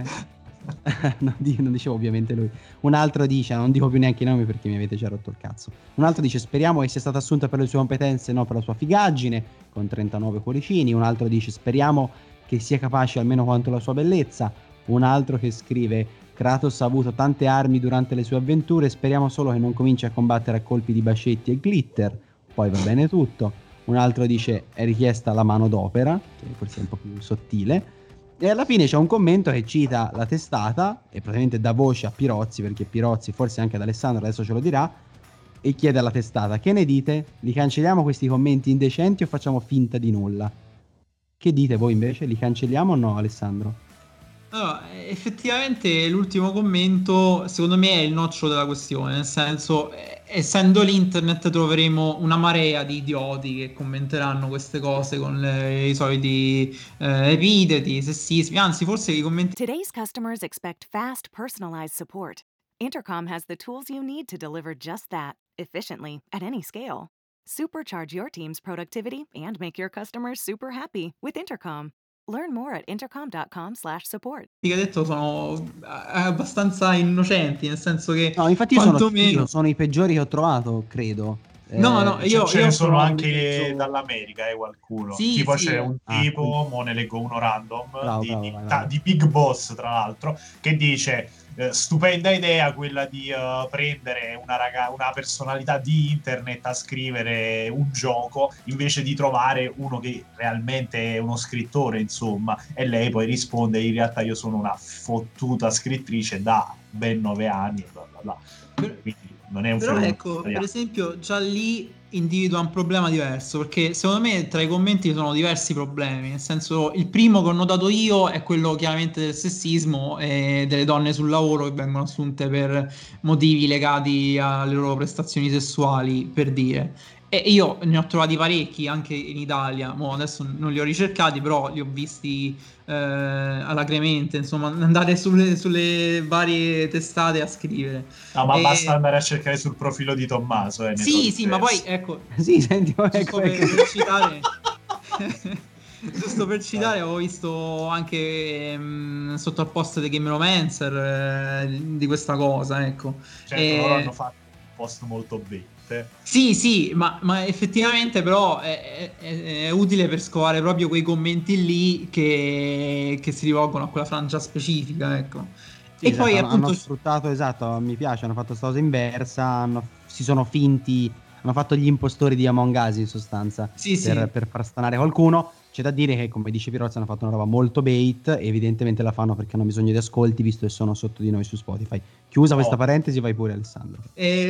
non dicevo ovviamente lui. Un altro dice, non dico più neanche i nomi perché mi avete già rotto il cazzo. Un altro dice speriamo che sia stata assunta per le sue competenze, no per la sua figaggine, con 39 cuoricini. Un altro dice speriamo che sia capace almeno quanto la sua bellezza. Un altro che scrive Kratos ha avuto tante armi durante le sue avventure, speriamo solo che non cominci a combattere a colpi di bascetti e glitter. Poi va bene tutto. Un altro dice è richiesta la manodopera, che forse è un po' più sottile. E alla fine c'è un commento che cita la testata e praticamente dà voce a Pirozzi, perché Pirozzi, forse anche ad Alessandro adesso ce lo dirà, e chiede alla testata: che ne dite? Li cancelliamo questi commenti indecenti o facciamo finta di nulla? Che dite voi invece? Li cancelliamo o no, Alessandro? Allora, effettivamente l'ultimo commento secondo me è il nocciolo della questione, nel senso, essendo l'internet troveremo una marea di idioti che commenteranno queste cose con i soliti epiteti, sessismi, anzi forse i commenti... Today's customers expect fast, personalized support. Intercom has the tools you need to deliver just that, efficiently, at any scale. Supercharge your team's productivity and make your customers super happy with Intercom. Learn more at intercom.com/support. Che ha detto sono abbastanza innocenti, nel senso che no, infatti sono i peggiori che ho trovato, credo. No, io ce ne sono anche dall'America, qualcuno. Sì, tipo sì. c'è un tipo, mo ne leggo uno random, di Big Boss, tra l'altro, che dice stupenda idea quella di prendere una personalità di internet a scrivere un gioco invece di trovare uno che realmente è uno scrittore, insomma. E lei poi risponde: in realtà io sono una fottuta scrittrice da ben 9 anni, bla bla bla. Quindi non è un però ecco, per esempio già lì individua un problema diverso, perché secondo me tra i commenti ci sono diversi problemi, nel senso, il primo che ho notato io è quello chiaramente del sessismo e delle donne sul lavoro che vengono assunte per motivi legati alle loro prestazioni sessuali, per dire. E io ne ho trovati parecchi anche in Italia, adesso non li ho ricercati, però li ho visti alacremente, insomma, andare sulle varie testate a scrivere. No, ma basta andare a cercare sul profilo di Tommaso. Sì, ma poi ecco, sì, senti, giusto per citare giusto per citare, avevo visto anche sotto al post di Gameromancer di questa cosa, ecco. Certo, loro hanno fatto un post molto bene. Sì, ma effettivamente però è utile per scovare proprio quei commenti lì che si rivolgono a quella frangia specifica, ecco. Sì, e esatto, poi appunto hanno sfruttato, esatto, mi piace, hanno fatto questa cosa inversa, si sono finti, hanno fatto gli impostori di Among Us in sostanza, per far stanare qualcuno. C'è da dire che, come dice Pirozzi, hanno fatto una roba molto bait, evidentemente la fanno perché hanno bisogno di ascolti, visto che sono sotto di noi su Spotify. Chiusa questa parentesi, vai pure Alessandro.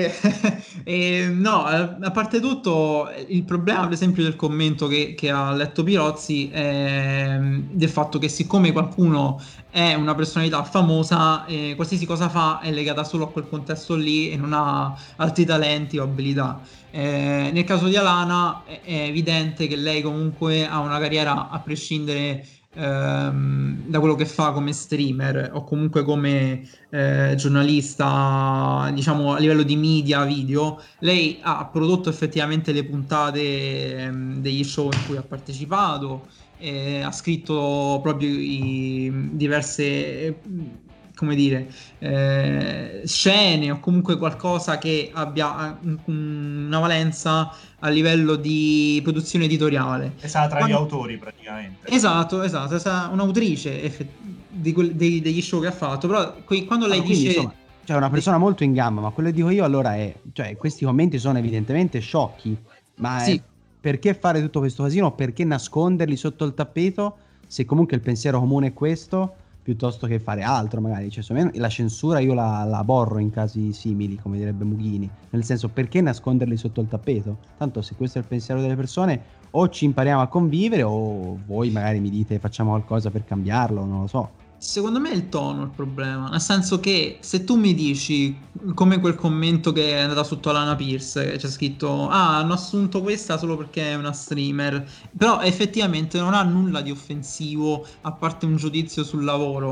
No, a parte tutto, il problema per esempio del commento che ha letto Pirozzi è del fatto che siccome qualcuno è una personalità famosa, qualsiasi cosa fa è legata solo a quel contesto lì e non ha altri talenti o abilità. Nel caso di Alana è evidente che lei comunque ha una carriera a prescindere da quello che fa come streamer o comunque come giornalista, diciamo a livello di media video. Lei ha prodotto effettivamente le puntate degli show in cui ha partecipato, ha scritto proprio diverse, come dire, scene o comunque qualcosa che abbia una valenza a livello di produzione editoriale. Esatto, tra gli autori praticamente. Esatto, un'autrice degli show che ha fatto, però quando lei dice... Insomma, cioè una persona molto in gamba, ma quello che dico io allora è, cioè questi commenti sono evidentemente sciocchi, ma sì. Perché fare tutto questo casino? Perché nasconderli sotto il tappeto se comunque il pensiero comune è questo, piuttosto che fare altro magari? Cioè, la censura io la borro in casi simili, come direbbe Mughini, nel senso, perché nasconderli sotto il tappeto? Tanto se questo è il pensiero delle persone, o ci impariamo a convivere o voi magari mi dite facciamo qualcosa per cambiarlo, non lo so. Secondo me è il tono il problema, nel senso che se tu mi dici, come quel commento che è andata sotto Alana Pierce, che c'è scritto hanno assunto questa solo perché è una streamer, però effettivamente non ha nulla di offensivo a parte un giudizio sul lavoro,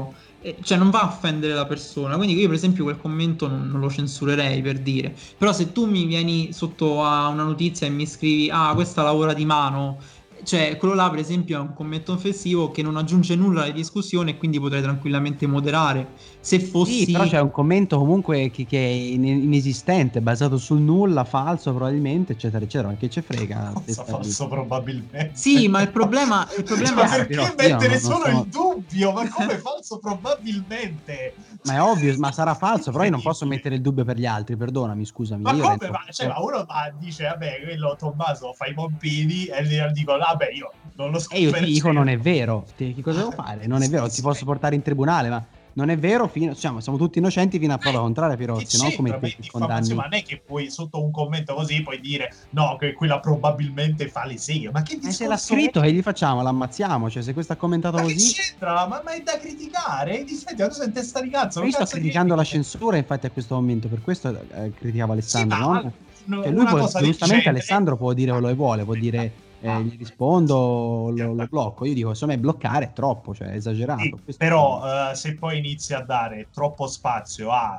cioè non va a offendere la persona, quindi io per esempio quel commento non lo censurerei, per dire. Però se tu mi vieni sotto a una notizia e mi scrivi questa lavora di mano, cioè quello là per esempio è un commento offensivo che non aggiunge nulla alla discussione e quindi potrei tranquillamente moderare. Se fossi... Sì, però c'è un commento comunque che è inesistente, basato sul nulla, falso probabilmente, eccetera, eccetera, ma che ce frega. Falso probabilmente. Sì, ma il problema ma è... perché mettere solo il dubbio? Ma come falso probabilmente? Ma è ovvio, ma sarà falso, però io non posso mettere il dubbio per gli altri, perdonami, scusami. Ma io come? Ma uno dice, vabbè, quello Tommaso fa i pompini e gli dico, vabbè, io non lo so. E io ti dico, non è vero. Che cosa devo fare? Non è vero, ti posso portare in tribunale, ma non è vero, siamo tutti innocenti fino a prova contraria, Pirozzi, no? Come ti condanni. Ma non è che poi sotto un commento così puoi dire no, che quella probabilmente fa le seghe. Ma che discorso? Se l'ha scritto, che gli facciamo? L'ammazziamo? Cioè, se questo ha commentato così. Che c'entra? Ma è da criticare? Senti, tu sei in testa di cazzo. Io sto criticando la censura, infatti, a questo momento, per questo criticavo Alessandro, no? Cioè, lui giustamente Alessandro può dire quello che vuole, può dire gli rispondo, lo blocco. Io dico, insomma, bloccare è troppo, cioè è esagerato. Sì, però se poi inizi a dare troppo spazio a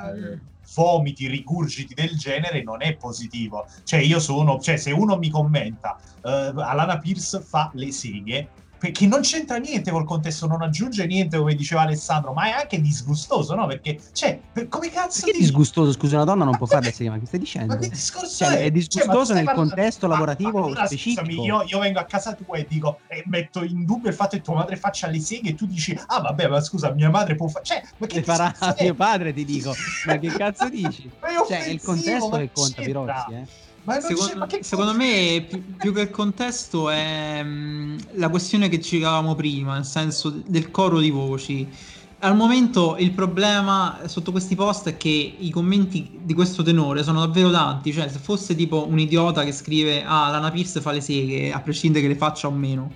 vomiti, rigurgiti del genere, non è positivo. Cioè se uno mi commenta Alana Pierce fa le seghe, perché non c'entra niente col contesto, non aggiunge niente, come diceva Alessandro, ma è anche disgustoso, no? Perché, come cazzo perché è disgustoso? Scusa, una donna non può fare le seghe, ma che stai dicendo? Ma che discorso è disgustoso nel contesto lavorativo allora, specifico. Scusami, io vengo a casa tua e dico, metto in dubbio il fatto che tua madre faccia le seghe e tu dici, vabbè, ma scusa, mia madre può fare... Cioè, ma che le farà mio padre, ti dico. Ma che cazzo dici? Cioè, è il contesto che conta, Pirozzi, Ma secondo me più che il contesto è la questione che ci cavavamo prima, nel senso del coro di voci. Al momento il problema sotto questi post è che i commenti di questo tenore sono davvero tanti. Cioè, se fosse tipo un idiota che scrive Lana Pierce fa le seghe, a prescindere che le faccia o meno,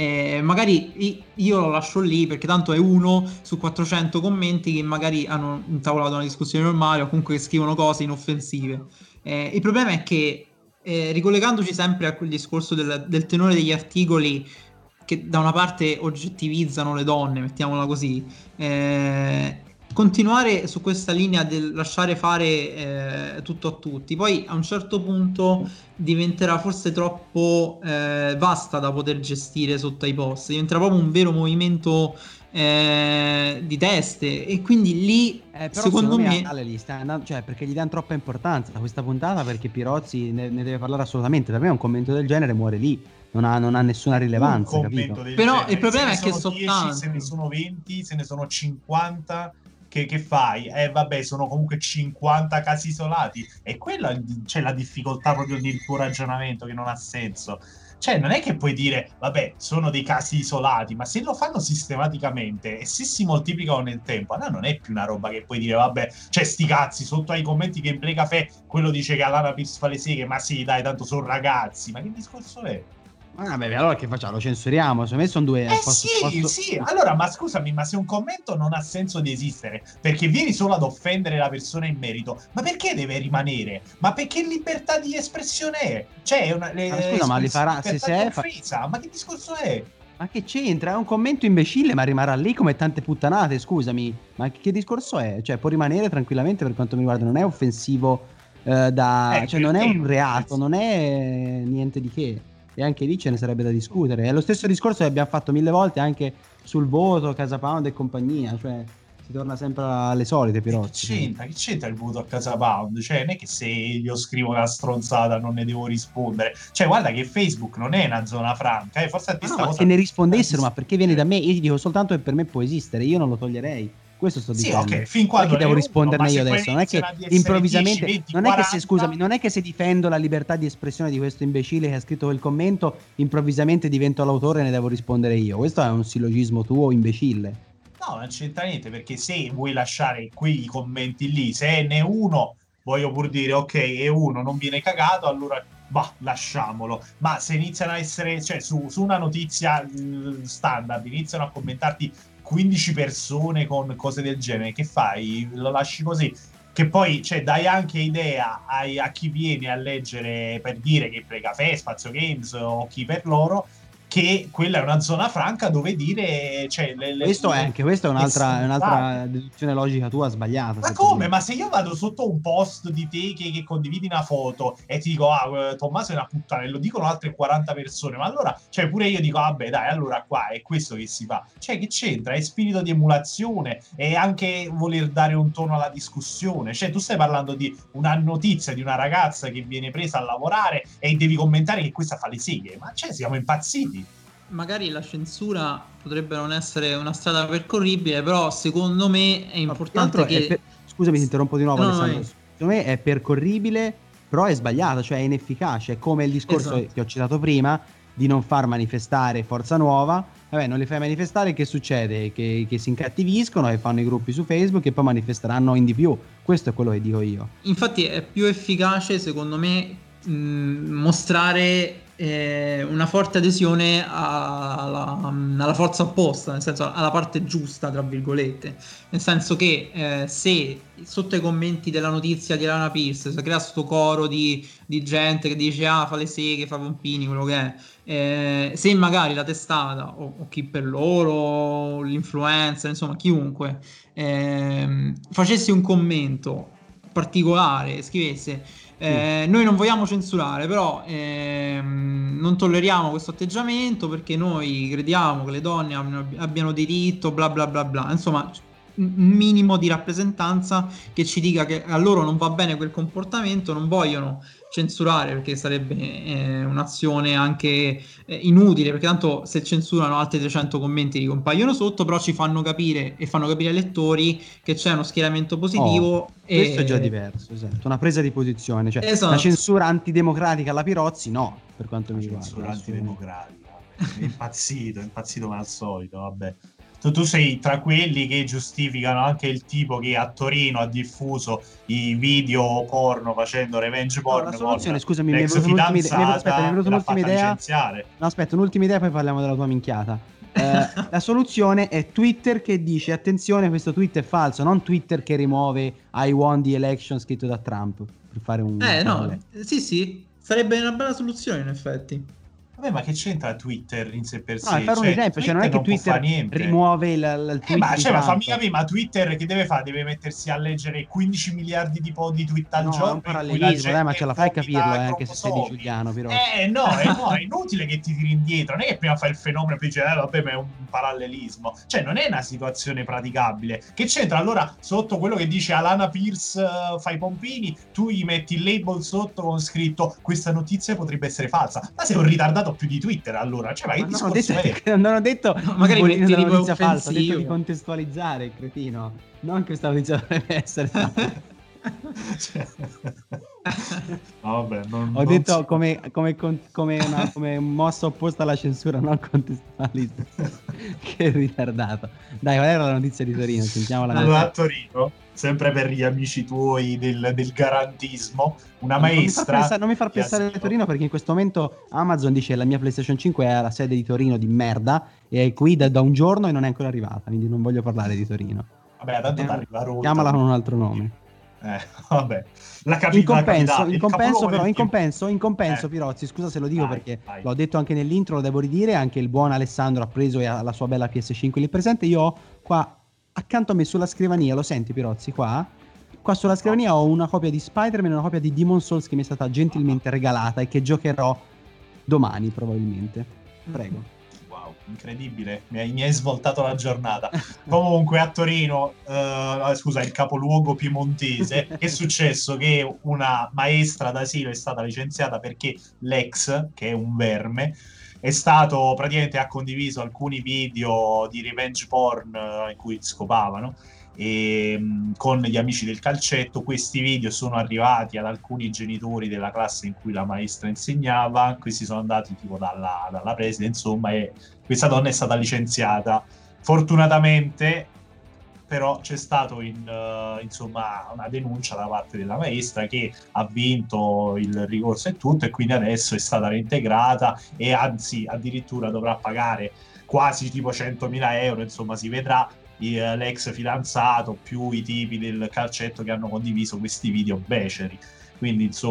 magari io lo lascio lì, perché tanto è uno su 400 commenti che magari hanno intavolato una discussione normale o comunque che scrivono cose inoffensive. Il problema è che ricollegandoci sempre a quel discorso del tenore degli articoli che da una parte oggettivizzano le donne, mettiamola così, continuare su questa linea del lasciare fare tutto a tutti, poi a un certo punto diventerà forse troppo vasta da poter gestire sotto ai post, diventerà proprio un vero movimento di teste, e quindi lì però secondo me cioè, perché gli danno troppa importanza a questa puntata, perché Pirozzi ne deve parlare assolutamente. Per me un commento del genere muore lì, non ha nessuna rilevanza, capito? Però genere. Il problema è che sono 10, se ne sono 20, se ne sono 50, che fai? Vabbè, sono comunque 50 casi isolati, e quella c'è la difficoltà proprio del tuo ragionamento, che non ha senso. Cioè, non è che puoi dire, vabbè, sono dei casi isolati, ma se lo fanno sistematicamente e se si moltiplicano nel tempo, allora non è più una roba che puoi dire, vabbè, cioè sti cazzi, sotto ai commenti che in Play Café quello dice che Alana Pierce fa le seghe, ma sì, dai, tanto sono ragazzi, ma che discorso è? Vabbè, allora che facciamo? Lo censuriamo? Secondo me sono due... Sì, allora, ma scusami, ma se un commento non ha senso di esistere, perché vieni solo ad offendere la persona in merito, ma perché deve rimanere? Ma perché libertà di espressione è? Cioè, scusa, ma li farà se è... Ma che discorso è? Ma che c'entra? È un commento imbecille, ma rimarrà lì come tante puttanate, scusami. Ma che discorso è? Cioè, può rimanere tranquillamente, per quanto mi riguarda, non è offensivo cioè, non è un reato, non è niente di che. E anche lì ce ne sarebbe da discutere. È lo stesso discorso che abbiamo fatto 1000 volte anche sul voto, Casa Pound e compagnia. Cioè, si torna sempre alle solite, Pirozzi. Che c'entra il voto a Casa Pound? Cioè, non è che se io scrivo una stronzata non ne devo rispondere. Cioè, guarda che Facebook non è una zona franca. Forse a te ma se ne rispondessero, ma perché viene da me? Io ti dico soltanto che per me può esistere, io non lo toglierei. Questo sto dicendo. Sì, ok, fin quando devo risponderne io adesso. Non è che improvvisamente 10, 20, non 40... è che se, scusami, non è che se difendo la libertà di espressione di questo imbecille che ha scritto quel commento, improvvisamente divento l'autore e ne devo rispondere io. Questo è un sillogismo tuo imbecille. No, non c'entra niente, perché se vuoi lasciare quei commenti lì, se ne uno, voglio pur dire, ok, e uno non viene cagato, allora lasciamolo. Ma se iniziano a essere, cioè su una notizia standard, iniziano a commentarti 15 persone con cose del genere, che fai? Lo lasci così? Che poi, cioè, dai anche idea a chi viene a leggere, per dire che Play Café, Spazio Games o chi per loro, che quella è una zona franca dove dire, cioè, questa è un'altra deduzione logica tua sbagliata. Ma come? Ma se io vado sotto un post di te che condividi una foto e ti dico Tommaso è una puttana, e lo dicono altre 40 persone, ma allora, cioè, pure io dico vabbè dai, allora qua è questo che si fa, cioè, che c'entra? È spirito di emulazione e anche voler dare un tono alla discussione. Cioè, tu stai parlando di una notizia di una ragazza che viene presa a lavorare e devi commentare che questa fa le seghe, ma cioè siamo impazziti. Magari la censura potrebbe non essere una strada percorribile, però secondo me è importante che... Scusami, ti interrompo di nuovo, Alessandro. Secondo me è percorribile, però è sbagliata, cioè è inefficace. È come il discorso che ho citato prima di non far manifestare Forza Nuova. Vabbè, non li fai manifestare, che succede? Che si incattiviscono e fanno i gruppi su Facebook e poi manifesteranno in di più. Questo è quello che dico io. Infatti è più efficace, secondo me, mostrare una forte adesione alla forza opposta, nel senso alla parte giusta, tra virgolette, nel senso che se sotto i commenti della notizia di Alana Pierce si crea sto coro di gente che dice fa le seghe, fa pompini, quello che è, se magari la testata o chi per loro, l'influencer, insomma chiunque facesse un commento particolare, scrivesse noi non vogliamo censurare, però non tolleriamo questo atteggiamento perché noi crediamo che le donne abbiano diritto, bla bla bla bla, insomma un minimo di rappresentanza che ci dica che a loro non va bene quel comportamento, non vogliono censurare perché sarebbe un'azione anche inutile, perché tanto se censurano altri 300 commenti che compaiono sotto, però ci fanno capire e fanno capire ai lettori che c'è uno schieramento positivo. Questo è già diverso, esatto, una presa di posizione, cioè la censura antidemocratica alla Pirozzi no, per quanto mi riguarda. Censura antidemocratica, è impazzito come al solito, vabbè. Tu sei tra quelli che giustificano anche il tipo che a Torino ha diffuso i video porno facendo revenge porn. No, la soluzione, scusami, mi è venuta un'ultima idea. No, aspetta, un'ultima idea, poi parliamo della tua minchiata. La soluzione è Twitter che dice attenzione, questo tweet è falso, non Twitter che rimuove I won the election scritto da Trump per fare un sì, sarebbe una bella soluzione in effetti. Vabbè, ma che c'entra Twitter in sé per sé? No, è fare un esempio, cioè non è che Twitter rimuove il tweet. Ma fammi capire, ma Twitter che deve fare? Deve mettersi a leggere 15 miliardi di tweet al giorno? No, è un parallelismo, dai, ma ce la fai a capirlo, anche se sei di Giuliano, però. No, è inutile che ti tiri indietro, non è che prima fai il fenomeno e poi dici, vabbè, ma è un parallelismo. Cioè, non è una situazione praticabile. Che c'entra? Allora, sotto quello che dice Alana Pierce fa i pompini, tu gli metti il label sotto con scritto questa notizia potrebbe essere falsa. Ma sei un ritardato più di Twitter, allora, cioè, ma che discorso è? Non ho detto magari metti una notizia falsa, ho detto di contestualizzare, cretino, non che questa notizia dovrebbe essere falsa. Vabbè, ho detto come mossa opposta alla censura, non contestualizzare. Che ritardato. Dai, qual era la notizia di Torino? Sentiamola. Allora, a Torino, sempre per gli amici tuoi del garantismo, una maestra... Non mi far pensare a Torino, perché in questo momento Amazon dice la mia PlayStation 5 è alla sede di Torino di merda e è qui da un giorno e non è ancora arrivata, quindi non voglio parlare di Torino. Vabbè, tanto arriva a Roma. Chiamala con un altro nome. Vabbè. In compenso, Pirozzi, scusa se lo dico, perché l'ho detto anche nell'intro, lo devo ridire, anche il buon Alessandro ha preso e ha la sua bella PS5 lì presente. Io ho qua accanto a me sulla scrivania, lo senti Pirozzi, qua sulla scrivania ho una copia di Spider-Man e una copia di Demon's Souls che mi è stata gentilmente regalata e che giocherò domani probabilmente. Prego. Incredibile, mi hai svoltato la giornata. Comunque a Torino, il capoluogo piemontese, è successo che una maestra d'asilo è stata licenziata perché l'ex, che è un verme, è stato praticamente, ha condiviso alcuni video di revenge porn in cui scopavano e con gli amici del calcetto. Questi video sono arrivati ad alcuni genitori della classe in cui la maestra insegnava, questi sono andati tipo dalla preside, insomma, e questa donna è stata licenziata. Fortunatamente però c'è stato una denuncia da parte della maestra che ha vinto il ricorso e tutto, e quindi adesso è stata reintegrata e anzi addirittura dovrà pagare quasi tipo 100.000 euro, insomma si vedrà, l'ex fidanzato più i tipi del calcetto che hanno condiviso questi video beceri. Quindi insomma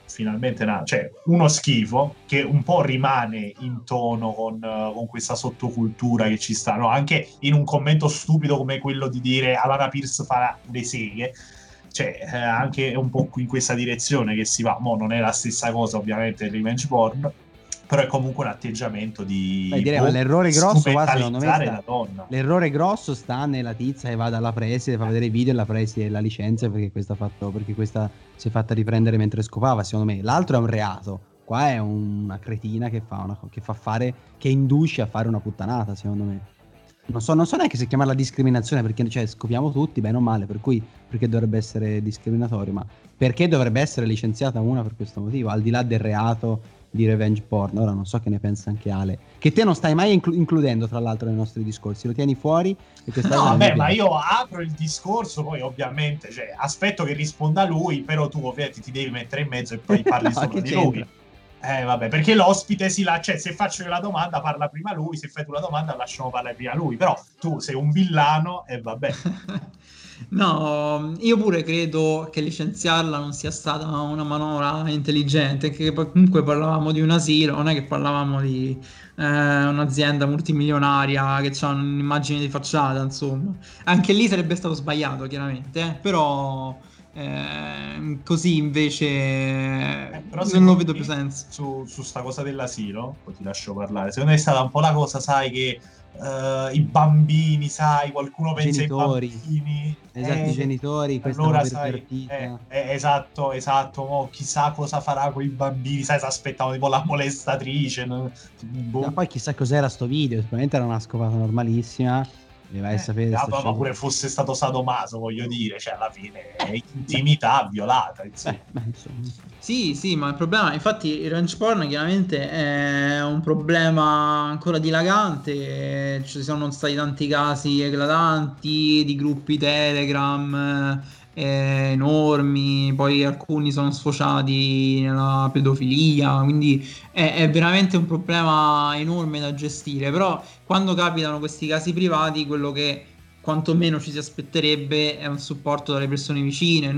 finalmente cioè uno schifo che un po' rimane in tono con questa sottocultura che ci sta, no? Anche in un commento stupido come quello di dire Alana Pierce farà le seghe, cioè anche un po' in questa direzione che si va. Mo' non è la stessa cosa ovviamente del revenge porn, però è comunque un atteggiamento di ma l'errore grosso qua secondo me la donna. L'errore grosso sta nella tizia che va dalla preside, fa vedere i video e la preside la licenzia perché questa si è fatta riprendere mentre scopava. Secondo me l'altro è un reato, qua è una cretina che che induce a fare una puttanata, secondo me. Non so neanche se chiamarla discriminazione, perché cioè scopiamo tutti bene o male, per cui perché dovrebbe essere discriminatorio, ma perché dovrebbe essere licenziata una per questo motivo, al di là del reato di revenge porn. Ora non so che ne pensa anche Ale, che te non stai mai includendo tra l'altro nei nostri discorsi, lo tieni fuori e no vabbè, ma io apro il discorso, poi ovviamente cioè, aspetto che risponda lui, però tu ovviamente ti devi mettere in mezzo e poi parli sopra di lui. Vabbè, perché l'ospite cioè se faccio io la domanda parla prima lui, se fai tu la domanda lasciamo parlare prima lui, però tu sei un villano e vabbè. No, io pure credo che licenziarla non sia stata una manovra intelligente, che comunque parlavamo di un asilo, non è che parlavamo di un'azienda multimilionaria che ha un'immagine di facciata, insomma. Anche lì sarebbe stato sbagliato, chiaramente, però così invece non lo vedo più senso. Su sta cosa dell'asilo, poi ti lascio parlare, secondo me è stata un po' la cosa, sai, che i bambini, sai, qualcuno pensa ai bambini, esatto, i genitori, questa allora sai, esatto, mo chissà cosa farà con i bambini, sai, si aspettavano tipo la molestatrice, ma poi chissà cos'era sto video, sicuramente era una scopata normalissima. Vai a sapere ma pure fosse stato sadomaso, voglio dire, cioè alla fine è intimità violata, insomma. Sì, ma il problema, infatti il revenge porn chiaramente è un problema ancora dilagante, ci sono stati tanti casi eclatanti di gruppi Telegram enormi, poi alcuni sono sfociati nella pedofilia, quindi è veramente un problema enorme da gestire. Però quando capitano questi casi privati, quello che quantomeno ci si aspetterebbe è un supporto dalle persone vicine,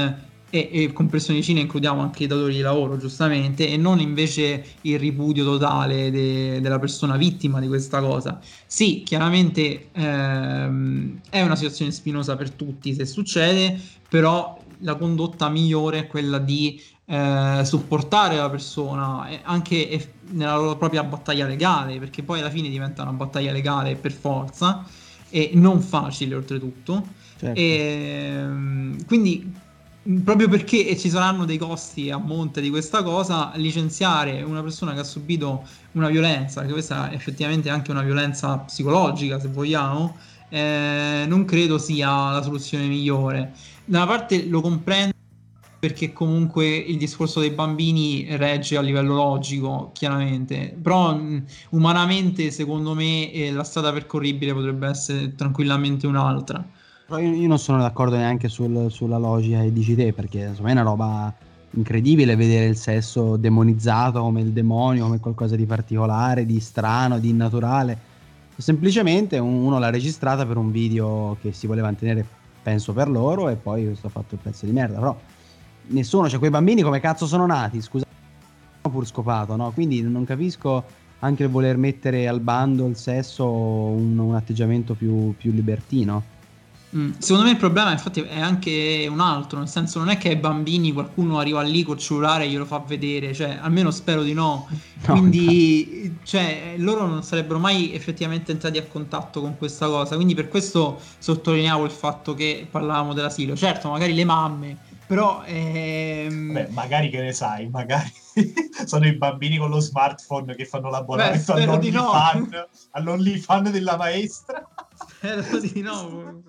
e con persone vicine includiamo anche i datori di lavoro, giustamente, e non invece il ripudio totale della persona vittima di questa cosa. Sì, chiaramente è una situazione spinosa per tutti se succede, però la condotta migliore è quella di supportare la persona anche nella loro propria battaglia legale, perché poi alla fine diventa una battaglia legale per forza e non facile oltretutto. Certo. E quindi proprio perché ci saranno dei costi a monte di questa cosa, licenziare una persona che ha subito una violenza, perché questa è effettivamente anche una violenza psicologica, se vogliamo, non credo sia la soluzione migliore. Da una parte lo comprendo, perché comunque il discorso dei bambini regge a livello logico, chiaramente, però umanamente secondo me la strada percorribile potrebbe essere tranquillamente un'altra. Io non sono d'accordo neanche sulla logica che dici te, perché insomma è una roba incredibile vedere il sesso demonizzato come il demonio, come qualcosa di particolare, di strano, di innaturale. Semplicemente uno l'ha registrata per un video che si voleva mantenere, penso, per loro, e poi questo ha fatto il pezzo di merda. Però nessuno, cioè quei bambini come cazzo sono nati? Scusa, pur scopato, no? Quindi non capisco anche il voler mettere al bando il sesso, un atteggiamento più libertino. Secondo me il problema infatti è anche un altro, nel senso non è che ai bambini qualcuno arriva lì col cellulare e glielo fa vedere, cioè almeno spero di no. Quindi cioè loro non sarebbero mai effettivamente entrati a contatto con questa cosa, quindi per questo sottolineavo il fatto che parlavamo dell'asilo. Certo, magari le mamme, però beh, magari, che ne sai, magari sono i bambini con lo smartphone che fanno l'abbonamento all'OnlyFan della maestra. Spero di no.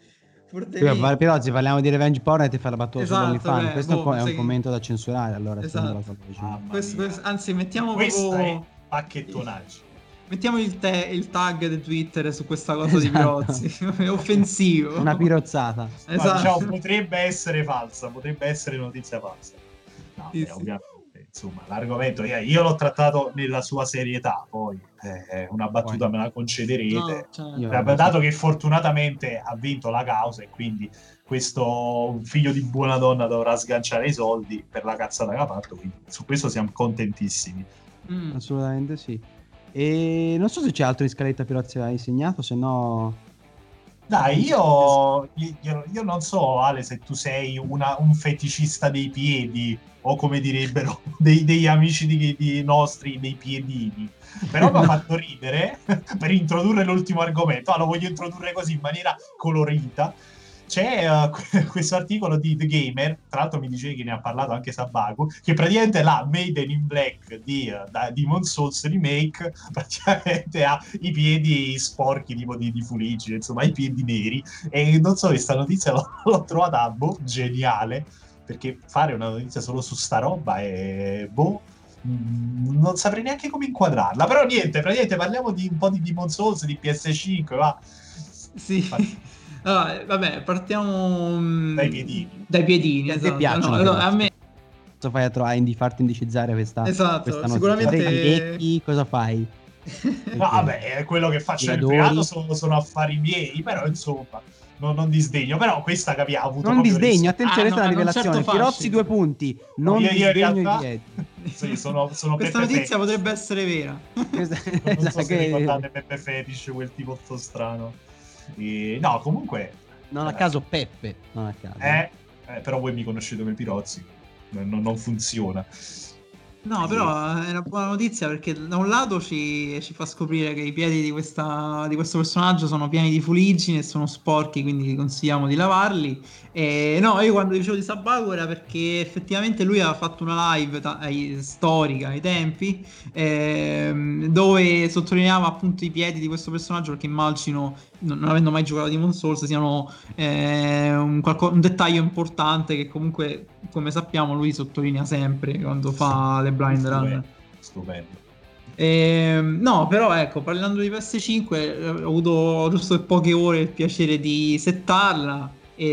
Però oggi parliamo di revenge porn e ti fa la battuta sull'OnlyFans. Questo è un commento da censurare, allora. Esatto. Anzi, mettiamo questa è pacchettonaggio. Mettiamo il tag di Twitter su questa cosa di Pirozzi. È offensivo. Una pirozzata. Esatto. Diciamo, potrebbe essere falsa, potrebbe essere notizia falsa. No, ovviamente. insomma, l'argomento io l'ho trattato nella sua serietà, poi una battuta me la concederete. Dato che fortunatamente ha vinto la causa e quindi questo figlio di buona donna dovrà sganciare i soldi per la cazzata che ha fatto, quindi su questo siamo contentissimi. Assolutamente sì. E non so se c'è altro in scaletta Pirozzi hai insegnato, se no... Dai, io non so, Ale, se tu sei un feticista dei piedi o come direbbero degli amici di nostri, dei piedini. Però mi ha fatto ridere per introdurre l'ultimo argomento. Lo voglio introdurre così in maniera colorita. C'è questo articolo di The Gamer, tra l'altro mi dicevi che ne ha parlato anche Sabaku, che praticamente la Maiden in Black di Demon's Souls Remake praticamente ha i piedi sporchi tipo di fuliggine, insomma i piedi neri, e non so, questa notizia l'ho trovata geniale, perché fare una notizia solo su sta roba è non saprei neanche come inquadrarla, però niente, praticamente parliamo di un po' di Demon's Souls, di PS5, va? Sì. Allora, vabbè, partiamo dai piedini. Esatto. Ti piacciono? Allora, a me cosa fai a farti indicizzare questa esatto, sicuramente vecchi, cosa fai? No, vabbè, quello che faccio nel privato sono affari miei, però insomma non disdegno, però questa ha avuto non disdegno, attenzione, questa è una Certo rivelazione. Pirozzi 2 punti, non disdegno realtà, i piedi. Sì, sono questa notizia potrebbe essere vera. Non so se ricordate Peppe Fetish, quel tipo strano. No, comunque non a caso Peppe, non a caso. Però voi mi conoscete come Pirozzi, non funziona. No, però è una buona notizia, perché da un lato ci fa scoprire che i piedi di questo personaggio sono pieni di fuliggine e sono sporchi, quindi consigliamo di lavarli. E no, io quando dicevo di Sabaku era perché effettivamente lui aveva fatto una live storica ai tempi, dove sottolineava appunto i piedi di questo personaggio, perché immagino, non avendo mai giocato a Demon's Souls, siano un dettaglio importante che comunque, come sappiamo, lui sottolinea sempre quando fa le blind run. Stupendo. No, però ecco, parlando di PS5, ho avuto giusto per poche ore il piacere di settarla.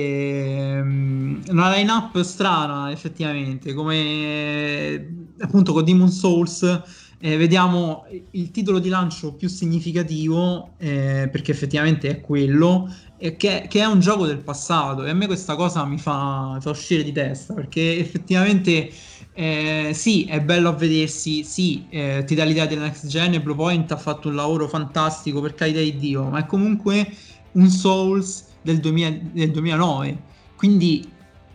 Una line-up strana, effettivamente, come appunto con Demon's Souls. Vediamo il titolo di lancio più significativo, perché effettivamente è quello, che è un gioco del passato, e a me questa cosa mi fa uscire di testa, perché effettivamente sì, è bello a vedersi, sì, ti dà l'idea della next gen, e Bluepoint ha fatto un lavoro fantastico, per carità di Dio, ma è comunque un Souls del 2009, quindi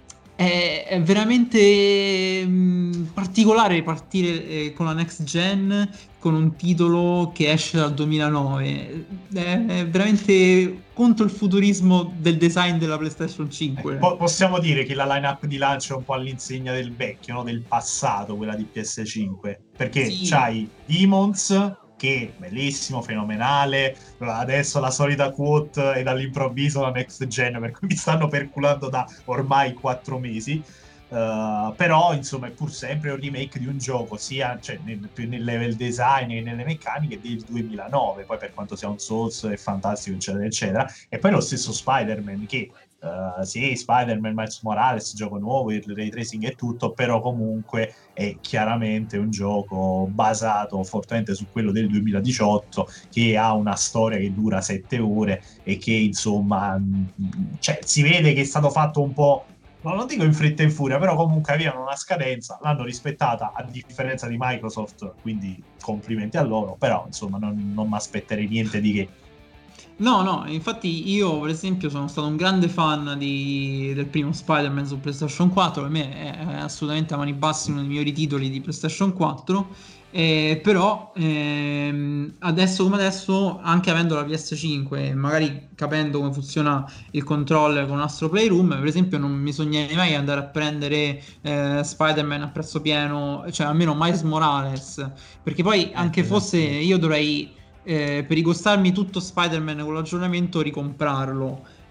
è veramente particolare partire con la next gen con un titolo che esce dal 2009. È veramente contro il futurismo del design della PlayStation 5. Possiamo dire che la line-up di lancio è un po' all'insegna del vecchio, no? Del passato, quella di PS5, perché sì, c'hai Demons, che bellissimo, fenomenale, adesso la solita quote e dall'improvviso la next gen, per cui mi stanno perculando da ormai 4 mesi, però insomma è pur sempre un remake di un gioco, sia nel level design che nelle meccaniche del 2009, poi per quanto sia un Souls è fantastico, eccetera eccetera. E poi lo stesso Spider-Man, che sì, Spider-Man Miles Morales, gioco nuovo, il ray tracing e tutto, però comunque è chiaramente un gioco basato fortemente su quello del 2018, che ha una storia che dura 7 ore e che insomma si vede che è stato fatto un po', non dico in fretta e in furia, però comunque avevano una scadenza, l'hanno rispettata, a differenza di Microsoft, quindi complimenti a loro, però insomma non mi aspetterei niente di che. No, infatti io per esempio sono stato un grande fan del primo Spider-Man su PlayStation 4, per me è assolutamente a mani basse uno dei migliori titoli di PlayStation 4, però adesso come adesso, anche avendo la PS5, magari capendo come funziona il controller con Astro Playroom, per esempio non mi sognerei mai andare a prendere Spider-Man a prezzo pieno, cioè almeno Miles Morales, perché poi anche fosse io dovrei per ricostarmi tutto Spider-Man con l'aggiornamento ricomprarlo,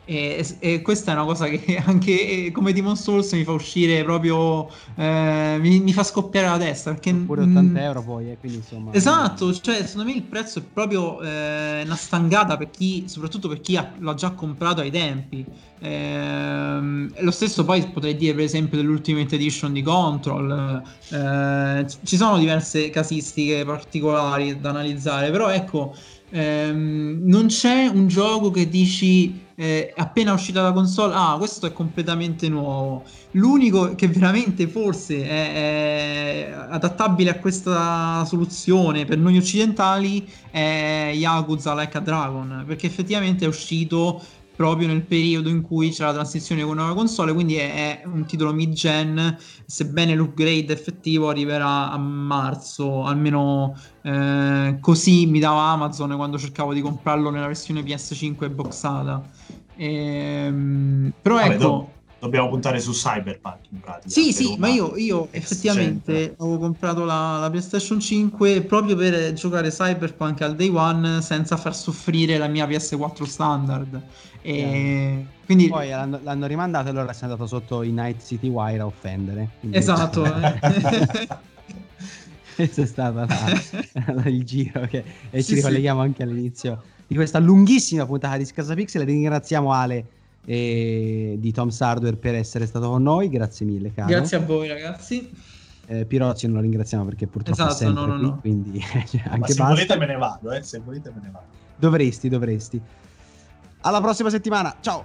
E questa è una cosa che anche come Demon's Souls mi fa uscire proprio, mi fa scoppiare la testa, perché pure 80 euro poi, quindi insomma. Esatto, cioè secondo me il prezzo è proprio una stangata per chi, soprattutto per chi l'ha già comprato ai tempi. Lo stesso poi potrei dire per esempio dell'Ultimate Edition di Control. Ci sono diverse casistiche particolari da analizzare, però ecco, non c'è un gioco che dici appena uscita la console, questo è completamente nuovo. L'unico che veramente forse è adattabile a questa soluzione per noi occidentali è Yakuza Like a Dragon, perché effettivamente è uscito proprio nel periodo in cui c'era la transizione con una nuova console, quindi è un titolo mid-gen, sebbene l'upgrade effettivo arriverà a marzo, almeno così mi dava Amazon quando cercavo di comprarlo nella versione PS5 boxata. Però Vabbè, ecco, dobbiamo puntare su Cyberpunk in pratica. sì, ma io effettivamente avevo comprato la PlayStation 5 proprio per giocare Cyberpunk al day one senza far soffrire la mia PS4 standard. Quindi poi l'hanno rimandato e allora si è andato sotto i Night City Wire a offendere. Quindi esatto. Questo è stato il giro e Sì, ci ricolleghiamo anche all'inizio di questa lunghissima puntata di Scasapixel. Ringraziamo Ale di Tom's Hardware per essere stato con noi, grazie mille caro. Grazie a voi ragazzi. Pirozzi non lo ringraziamo perché purtroppo esatto, è sempre no. qui, quindi anche se volete me ne vado, se volete me ne vado. Dovresti. Alla prossima settimana, ciao.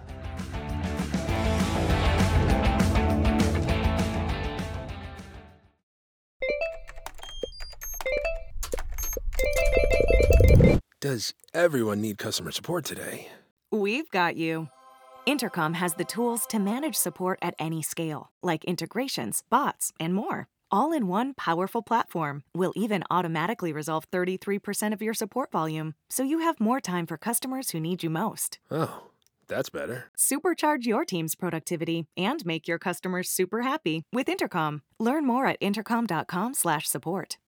Does everyone need customer support today? We've got you. Intercom has the tools to manage support at any scale, like integrations, bots, and more. All in one powerful platform. We'll even automatically resolve 33% of your support volume, so you have more time for customers who need you most. Oh, that's better. Supercharge your team's productivity and make your customers super happy with Intercom. Learn more at intercom.com/support.